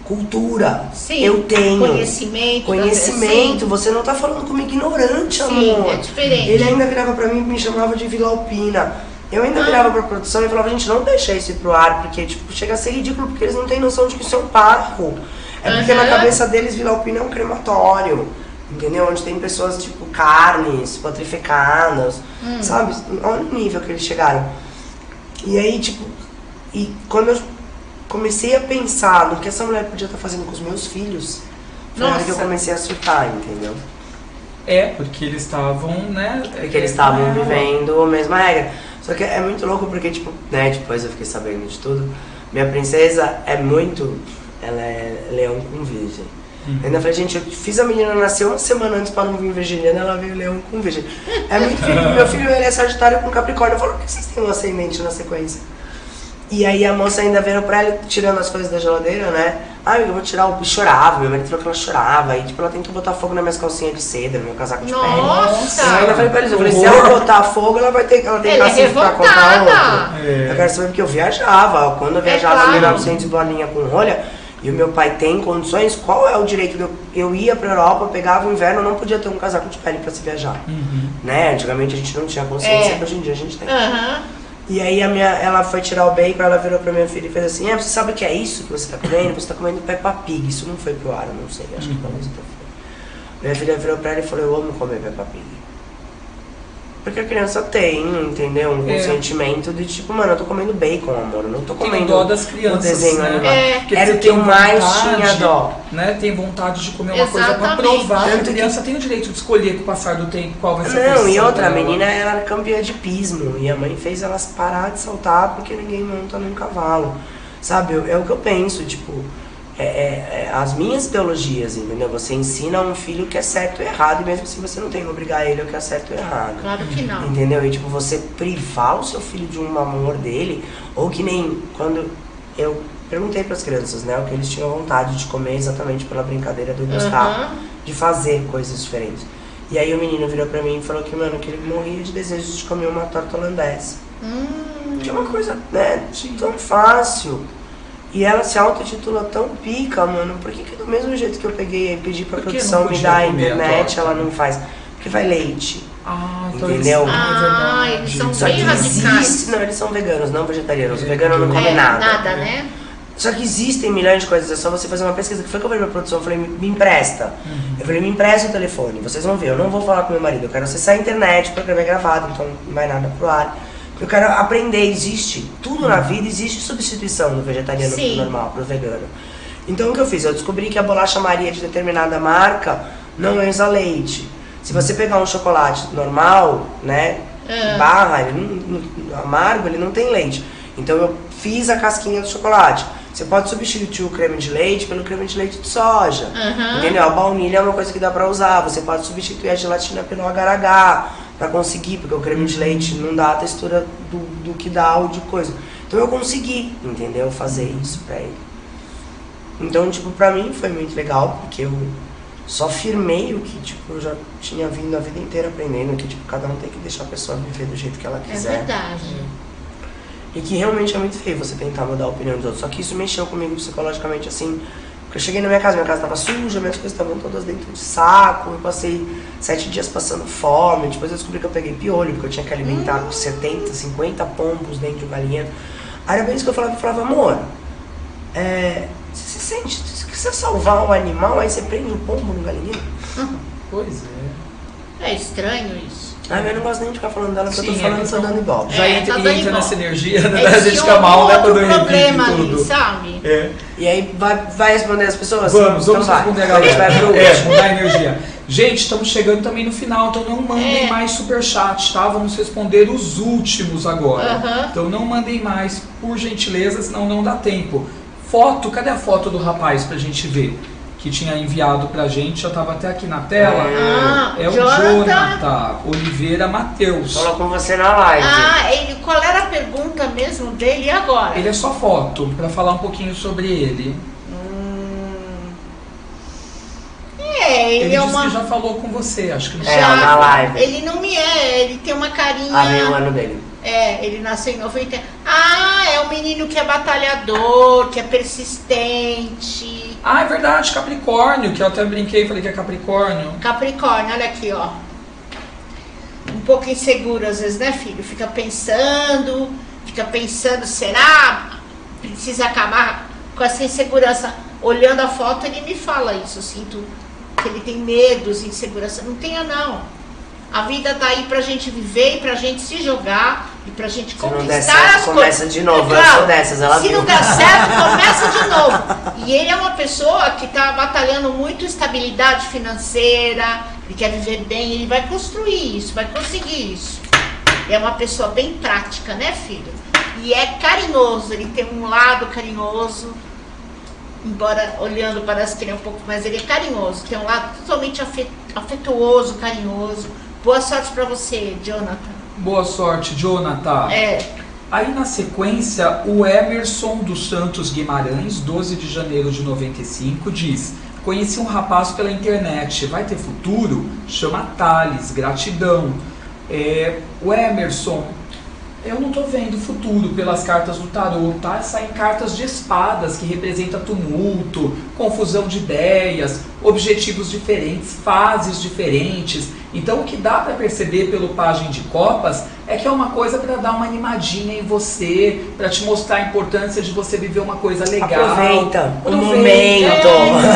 cultura. Sim, Eu tenho. Conhecimento. Você não tá falando como ignorante, Sim, amor. é diferente. Ele ainda virava pra mim e me chamava de Vila Alpina. Eu ainda virava pra produção e falava, gente, não deixa isso ir pro ar, porque tipo, chega a ser ridículo, porque eles não têm noção de que isso é um parco. É porque na cabeça deles Vila Alpina é um crematório, entendeu? Onde tem pessoas tipo carnes, petrificadas, sabe? Olha o nível que eles chegaram. E aí, tipo, e quando eu comecei a pensar no que essa mulher podia estar fazendo com os meus filhos, foi a hora que eu comecei a surtar, entendeu? Porque eles estavam, né? Porque eles estavam vivendo a mesma regra. Só que é muito louco porque, tipo, né, depois eu fiquei sabendo de tudo. Minha princesa é muito... Ela é leão com virgem. Eu ainda falei, gente, eu fiz a menina nascer uma semana antes pra não vir virginiana, ela veio leão com virgem. É muito filho. Meu filho, ele é sagitário com capricórnio. Eu falo, por que vocês têm um ascendente na sequência? E aí a moça ainda veio pra ela, tirando as coisas da geladeira, né? Ah, eu vou tirar o... Chorava, meu marido falou que ela chorava. E tipo, ela tentou botar fogo nas minhas calcinhas de seda, no meu casaco de pele. Nossa! Eu ainda falei pra eles, eu falei, se ela botar fogo, ela tem cacete pra contar outro. Eu quero saber porque eu viajava. Quando eu viajava em 1900 e bolinha com rolha, e o meu pai tem condições, qual é o direito de eu ia pra Europa, pegava o inverno, não podia ter um casaco de pele pra se viajar. Né? Antigamente a gente não tinha consciência, hoje em dia a gente tem. E aí ela foi tirar o bacon, ela virou pra minha filha e fez assim, você sabe o que é isso que você tá comendo? Você tá comendo Peppa Pig, isso não foi pro ar, eu não sei, acho que talvez foi. Minha filha virou pra ela e falou, eu amo comer Peppa Pig. Porque a criança tem, entendeu? Um consentimento de tipo, mano, eu tô comendo bacon, amor, eu não tô comendo dó das crianças, o desenho animado. Era o que eu mais tinha dó. Né? Tem vontade de comer uma coisa pra provar. A criança tem o direito de escolher com o passar do tempo qual vai ser a Não, e outra, dela. a menina ela era campeã de pismo. E a mãe fez elas parar de saltar porque ninguém monta num cavalo. Sabe, é o que eu penso, tipo... as minhas ideologias, entendeu? Você ensina um filho que é certo e errado, e mesmo assim você não tem que obrigar ele ao que é certo e errado. Claro que não. Entendeu? E tipo, você privar o seu filho de um amor dele, ou que nem quando eu perguntei para as crianças, né, o que eles tinham vontade de comer exatamente pela brincadeira do gostar de fazer coisas diferentes. E aí o menino virou pra mim e falou que, mano, que ele morria de desejo de comer uma torta holandesa. Que é uma coisa, né, tão fácil. E ela se autotitula tão pica, mano. Por que do mesmo jeito que eu peguei e pedi pra produção me dar a internet, ela não faz? Porque vai leite. Então entendeu? Eles são bem radicais. Não, eles são veganos, não vegetarianos. Os veganos não comem nada. Nada, né? Só que existem milhões de coisas, é só você fazer uma pesquisa. Que foi que eu falei pra produção, eu falei, me empresta. Eu falei, me empresta o telefone, vocês vão ver, eu não vou falar com meu marido, eu quero acessar a internet, o programa é gravado, então não vai nada pro ar. Eu quero aprender, existe, tudo na vida existe substituição do vegetariano pro normal, pro vegano. Então o que eu fiz? Eu descobri que a bolacha Maria de determinada marca não usa leite. Se você pegar um chocolate normal, né, barra, amargo, ele não tem leite. Então eu fiz a casquinha do chocolate. Você pode substituir o creme de leite pelo creme de leite de soja. Entendeu? A baunilha é uma coisa que dá pra usar. Você pode substituir a gelatina pelo agar-agar pra conseguir, porque o creme de leite não dá a textura do que dá o de coisa. Então eu consegui, entendeu? Fazer isso pra ele. Então, tipo, pra mim foi muito legal, porque eu só firmei o que, tipo, eu já tinha vindo a vida inteira aprendendo, que, tipo, cada um tem que deixar a pessoa viver do jeito que ela quiser. É verdade. E que realmente é muito feio você tentar mudar a opinião dos outros. Só que isso mexeu comigo psicologicamente, assim. Porque eu cheguei na minha casa tava suja, minhas coisas estavam todas dentro de saco. Eu passei 7 dias passando fome. Depois eu descobri que eu peguei piolho, porque eu tinha que alimentar com 70, 50 pombos dentro de um galinheiro. Aí era bem isso que eu falava, amor, você sente, se você salvar um animal, aí você prende um pombo no galinheiro? Pois é. É estranho isso. Mas eu não gosto nem de ficar falando dela, porque eu tô falando, tô dando ibope. Já entra nessa energia, né? A gente fica mal, né? Quando eu problema ali, sabe? E aí vai responder as pessoas? Vamos responder a galera. A gente vai mudar a energia. Gente, estamos chegando também no final, então não mandem mais superchat, tá? Vamos responder os últimos agora. Então não mandem mais, por gentileza, senão não dá tempo. Foto, cadê a foto do rapaz pra gente ver? Que tinha enviado pra gente, já tava até aqui na tela. É o Jonathan Oliveira Matheus. Falou com você na live. Qual era a pergunta mesmo dele agora? Ele é só foto, pra falar um pouquinho sobre ele. Ele disse que já falou com você, acho que não na live. Ele não ele tem uma carinha... Veio o ano dele. Ele nasceu em 90. É um menino que é batalhador, que é persistente, Ah, é verdade, Capricórnio, que eu até brinquei e falei que é Capricórnio. Capricórnio, olha aqui, ó. Um pouco inseguro às vezes, né, filho? Fica pensando, será? Precisa acabar com essa insegurança. Olhando a foto, ele me fala isso. Eu sinto que ele tem medos, insegurança. Não tenha, não. A vida tá aí pra gente viver e pra gente se jogar e pra gente conquistar as coisas. Começa de novo, eu sou dessas, ela se viu. não der certo, começa de novo. E ele é uma pessoa que tá batalhando muito estabilidade financeira, ele quer viver bem, ele vai construir isso, vai conseguir isso. É uma pessoa bem prática, né, filho? E é carinhoso, ele tem um lado carinhoso, embora olhando parece que ele é um pouco, mas ele é carinhoso, tem um lado totalmente afetuoso, carinhoso. Boa sorte pra você, Jonathan. Boa sorte, Jonathan. Aí na sequência, o Emerson dos Santos Guimarães, 12 de janeiro de 95, diz: conheci um rapaz pela internet, vai ter futuro? Chama Thales, gratidão. O Emerson, eu não tô vendo futuro pelas cartas do tarô, tá? Saem cartas de espadas, que representa tumulto, confusão de ideias, objetivos diferentes, fases diferentes. Então o que dá para perceber pelo Pajem de Copas é que é uma coisa para dar uma animadinha em você, para te mostrar a importância de você viver uma coisa legal. Aproveita o momento.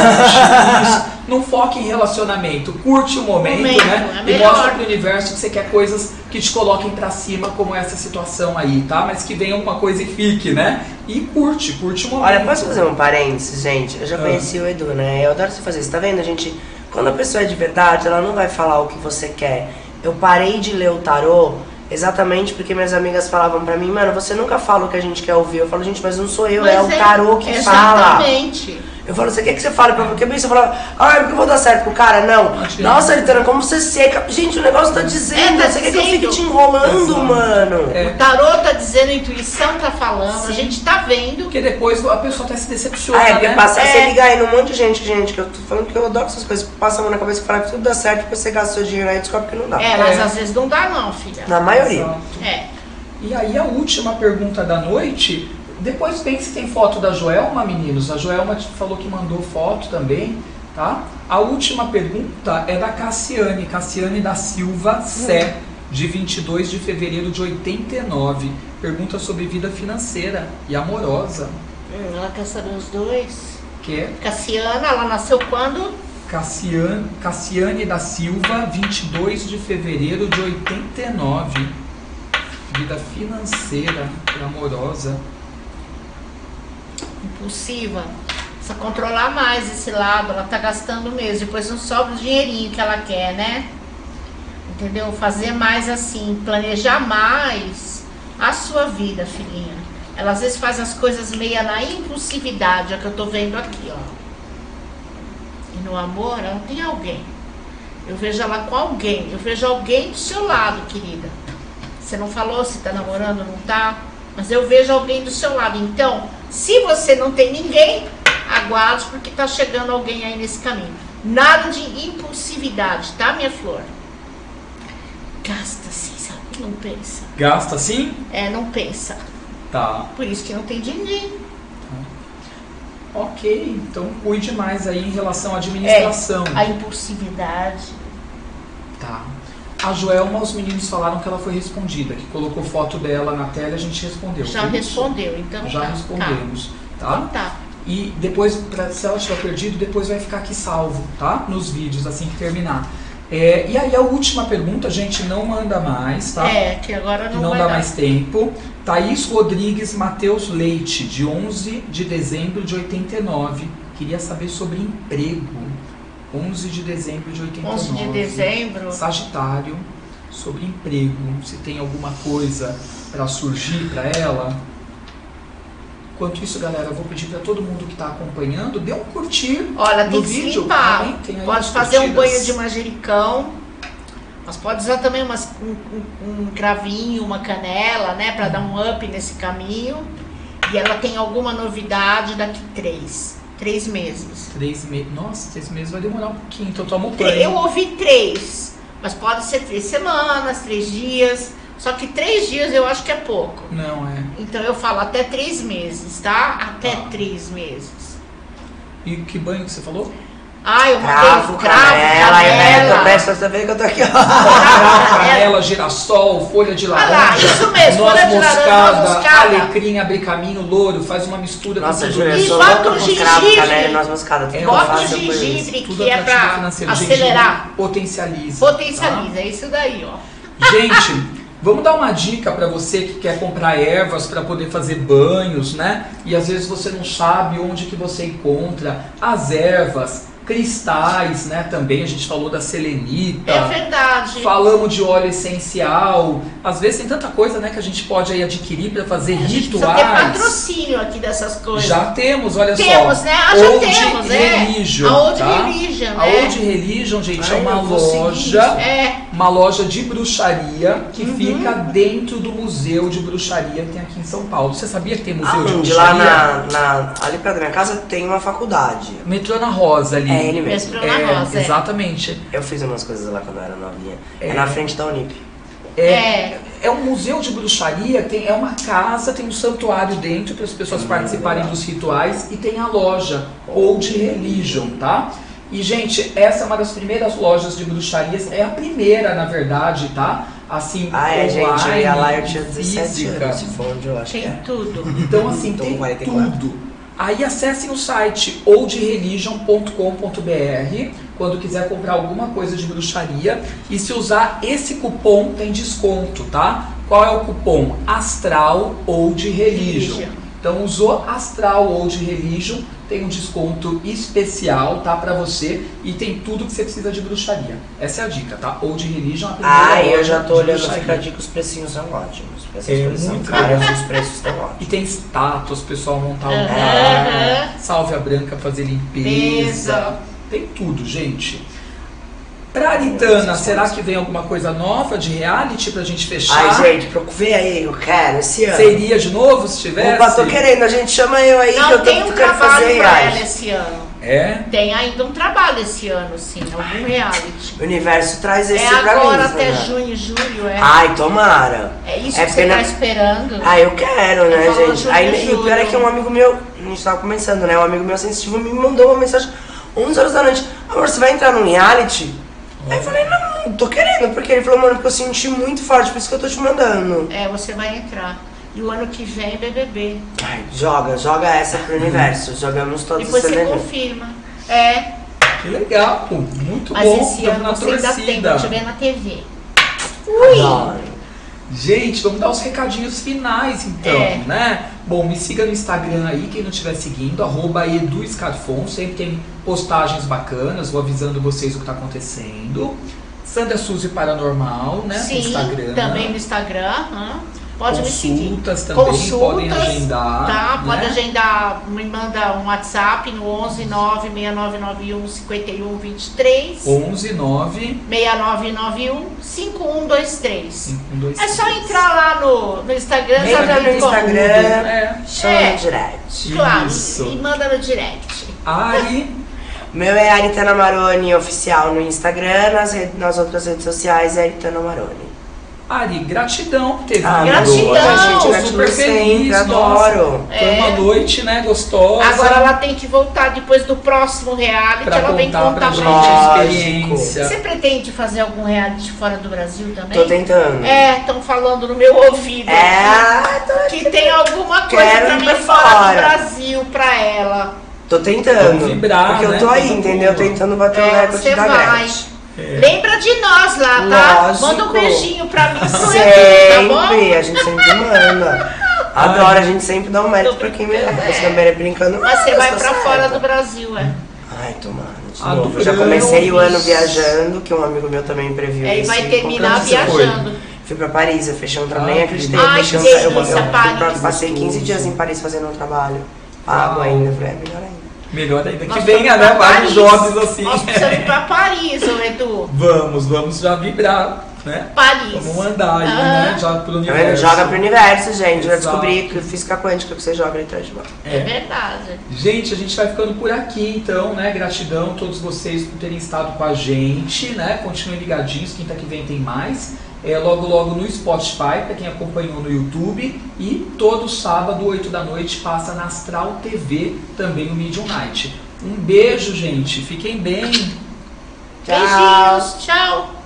Não foque em relacionamento, curte o momento, né? É e mostra pro universo que você quer coisas que te coloquem pra cima, como essa situação aí, tá? Mas que venha alguma coisa e fique, né? E curte o momento. Olha, posso fazer um parênteses, gente? Eu já conheci o Edu, né? Eu adoro você fazer isso, tá vendo, gente? Quando a pessoa é de verdade, ela não vai falar o que você quer. Eu parei de ler o tarô exatamente porque minhas amigas falavam pra mim: mano, você nunca fala o que a gente quer ouvir. Eu falo: gente, mas não sou eu, é o tarô que fala. Exatamente. Eu falo: você quer que você fale pra mim? Porque bem, você fala: ah, porque eu vou dar certo pro cara? Não. Nossa, Litana, como você seca. Gente, o negócio tá dizendo. Você quer que eu fique te enrolando, mano? O tarô tá dizendo, a intuição tá falando, a gente tá vendo. Porque depois a pessoa até se decepciona, porque né? você liga aí num monte de gente, que eu tô falando que eu adoro essas coisas. Passa a mão na cabeça e fala que tudo dá certo, depois você gasta seu dinheiro aí e descobre que não dá. Mas às vezes não dá não, filha. Na maioria. Exato. E aí a última pergunta da noite, depois vem se tem foto da Joelma, meninos. A Joelma falou que mandou foto também, tá? A última pergunta é da Cassiane da Silva Sé, de 22 de fevereiro de 89. Pergunta sobre vida financeira e amorosa. Ela quer saber os dois. Cassiana, ela nasceu quando? Cassiane da Silva, 22 de fevereiro de 89. Vida financeira e amorosa. Impulsiva. Precisa controlar mais esse lado. Ela tá gastando mesmo. Depois não sobra o dinheirinho que ela quer, né? Entendeu? Fazer mais assim. Planejar mais a sua vida, filhinha. Ela às vezes faz as coisas meio na impulsividade. É o que eu tô vendo aqui, ó. E no amor, ela tem alguém. Eu vejo ela com alguém. Eu vejo alguém do seu lado, querida. Você não falou se tá namorando ou não tá, mas eu vejo alguém do seu lado. Então, se você não tem ninguém, aguarde, porque tá chegando alguém aí nesse caminho. Nada de impulsividade, tá, minha flor? Gasta sim, sabe? Não pensa. Gasta sim? Não pensa. Tá. Por isso que não tem din-din. Ok, então cuide mais aí em relação à administração. A impulsividade. Tá. A Joelma, os meninos falaram que ela foi respondida, que colocou foto dela na tela e a gente respondeu. Já respondeu, então já respondemos, tá? Então tá. E depois, se ela tiver perdido, depois vai ficar aqui salvo, tá? Nos vídeos, assim que terminar. E aí a última pergunta, gente, não manda mais, tá? Que agora não vai vai dá dar mais tempo. Thaís Rodrigues Matheus Leite, de 11 de dezembro de 89. Queria saber sobre emprego. 11 de dezembro de 89. 11 de dezembro. Sagitário, sobre emprego. Se tem alguma coisa para surgir para ela. Enquanto isso, galera, eu vou pedir para todo mundo que está acompanhando, dê um curtir. Olha, no tem que vídeo. se limpar. Pode fazer um banho de manjericão. Mas pode usar também um cravinho, uma canela, né? Para dar um up nesse caminho. E ela tem alguma novidade daqui 3 meses. 3 meses. Nossa, 3 meses vai demorar um pouquinho, então toma um banho. Eu ouvi 3, mas pode ser 3 semanas, 3 dias. Só que 3 dias eu acho que é pouco. Não é. Então eu falo até 3 meses, tá? Até 3 meses. E que banho que você falou? Ai, eu mandei Cravo, canela, canela. presta pra ver que eu tô aqui, ó. Cravo, canela, girassol, folha de laranja, lá, isso mesmo, noz folha de laranja, moscada, noz moscada. alecrim, abre-caminho, louro, faz uma mistura Nossa, com Júlia, tudo eu isso. sou bota louca o com cravo, gengibre. canela e noz moscada. Tudo que eu Bota o faço, eu ponho isso. gengibre, Tudo que é atrativo pra financeiro. acelerar. Gengibre potencializa. Potencializa, é isso daí, ó. Tá? Gente, vamos dar uma dica para você que quer comprar ervas para poder fazer banhos, né? E às vezes você não sabe onde que você encontra as ervas, cristais, né? Também a gente falou da selenita. É verdade. Falamos de óleo essencial. Às vezes tem tanta coisa, né, que a gente pode aí adquirir para fazer A gente precisa ter rituais. patrocínio aqui dessas coisas. Já temos, olha só. Temos, né? Ah, já Old temos, Religion, A Old tá? Religion, A né? Old Religion, gente, Ai, é uma eu vou seguir loja, É. uma loja de bruxaria que Uhum. fica dentro do museu de bruxaria que tem aqui em São Paulo. Você sabia que tem museu de Aonde? Lá bruxaria? ali perto da minha casa tem uma faculdade. Metrô na Rosa ali. É ele mesmo. Metrô na Rosa, é. Exatamente. Eu fiz umas coisas lá quando eu era novinha. É. É na frente da Unip. É um museu de bruxaria, é uma casa, tem um santuário dentro para as pessoas participarem legal. dos rituais e tem a loja Old Religion, tá? E, gente, essa é uma das primeiras lojas de bruxarias, é a primeira, na verdade, tá? Assim, Ah, é, gente, eu ia lá, eu tinha online, 17 física. anos, se for onde eu acho que Tem é. tudo. Então, assim, Então, tem 44. tudo. Aí acessem o site oldreligion.com.br quando quiser comprar alguma coisa de bruxaria. E se usar esse cupom, tem desconto, tá? Qual é o cupom? Astral Old Religion. Então usou Astral Old Religion, tem um desconto especial, tá? Pra você. E tem tudo que você precisa de bruxaria. Essa é a dica, tá? Old Religion, a primeira Ah, eu loja já tô de olhando, bruxaria. fica a dica, os precinhos são ótimos. Essas É, coisas são muito caras, legal. os preços estão E ótimos. tem estátuas, pessoal montar Aham. altar, salve a branca fazer limpeza. Limpeza. Tem tudo, gente. Pra Aritana, será que vem alguma coisa nova de reality pra gente fechar? Ai, gente, vê aí, eu quero esse ano. Você iria de novo se tivesse? Opa, tô querendo, a gente chama eu aí que Não, eu tem um quero trabalho fazer pra ela reality. esse ano. É? Tem ainda um trabalho esse ano, sim, algum reality. O universo traz esse É pra mim. agora até né? junho, julho, é. Ai, tomara. É isso é que você porque tá na- esperando. Ah, eu quero, né, Falou gente? junho, Aí, e o pior é que julho. um amigo meu, a gente tava começando, né? Um amigo meu sensitivo me mandou uma mensagem 11 horas da noite. Amor, você vai entrar num reality? Aí eu falei, não tô querendo, porque ele falou, mano, porque eu senti muito forte, por isso que eu tô te mandando. É, você vai entrar. E o ano que vem, BBB. Ai, joga essa pro universo, jogamos todos Depois os você CDs. confirma. É, Que legal, pô. Muito mas bom. esse Tamo ano na você ainda tem torcida. pra te ver na TV. Adoro. Gente, vamos dar os recadinhos finais então, É. né? Bom, me siga no Instagram aí, quem não estiver seguindo, @eduscarfon, sempre tem postagens bacanas, vou avisando vocês o que está acontecendo. Sandra Suzy Paranormal, né? Sim, no Instagram. também no Instagram. Pode me seguir. Consultas também, podem agendar. Tá, pode né? agendar, me manda um WhatsApp no 11 96991 5123 11 9 6991 5123. 5123. É só entrar lá no Instagram, Entra já no vem como. Instagram. É. Chama É. no direct. Claro, Isso. e manda no direct. Ari, Meu é Aritana Maroni oficial no Instagram, nas outras redes sociais é Aritana Maroni. Ari, gratidão por ter vindo. Ah, Gratidão. gente, Tô gratidão super feliz, sempre, nossa. adoro. Foi uma noite, né, gostosa. Agora ela tem que voltar depois do próximo reality, pra ela vem contar pra contar gente pra a gente. experiência. Você pretende fazer algum reality fora do Brasil também? Tô tentando. É, estão falando no meu ouvido aqui, que tem alguma coisa Quero pra ir mim pra fora fora. do Brasil pra ela. Tô tentando. Vamos vibrar, porque né, eu tô aí, todo entendeu? mundo. Tentando bater o recorde Você da vai. Gretchen. Lembra de nós lá, tá? Lógico. Manda um beijinho pra mim, Sempre, tá bom? a gente sempre manda. Adoro, a gente sempre dá um mérito pra quem merece. Também é brincando. Mas você mas vai tá pra certo. fora do Brasil, é. Ai, tomara. De Adoramos. novo. Eu já comecei o ano viajando, que um amigo meu também previu É, e isso. vai terminar Onde você foi? viajando. Fui pra Paris, eu fechei um trabalho, Ah, nem acreditei. Ai, eu fechei que eu delícia, Paris. passei 15 dias em Paris fazendo um trabalho. Pago Uau. ainda, falei, é melhor ainda. Melhor ainda que Nós venha, vamos né? pra Vários Paris. jobs assim. Nós precisamos ir pra Paris, ô Edu. Vamos já vibrar, né? Paris. Vamos mandar aí, né? Já pro Tá vendo? universo. Joga pro universo, gente. Já Exato. descobri que física quântica que você joga atrás de volta. É verdade. Gente, a gente vai ficando por aqui, então, né? Gratidão a todos vocês por terem estado com a gente, né? Continuem ligadinhos, quinta que vem tem mais. Logo no Spotify, para quem acompanhou no YouTube. E todo sábado, 8 da noite, passa na Astral TV, também o Medium Night. Um beijo, gente. Fiquem bem. Tchau. Beijinhos, tchau.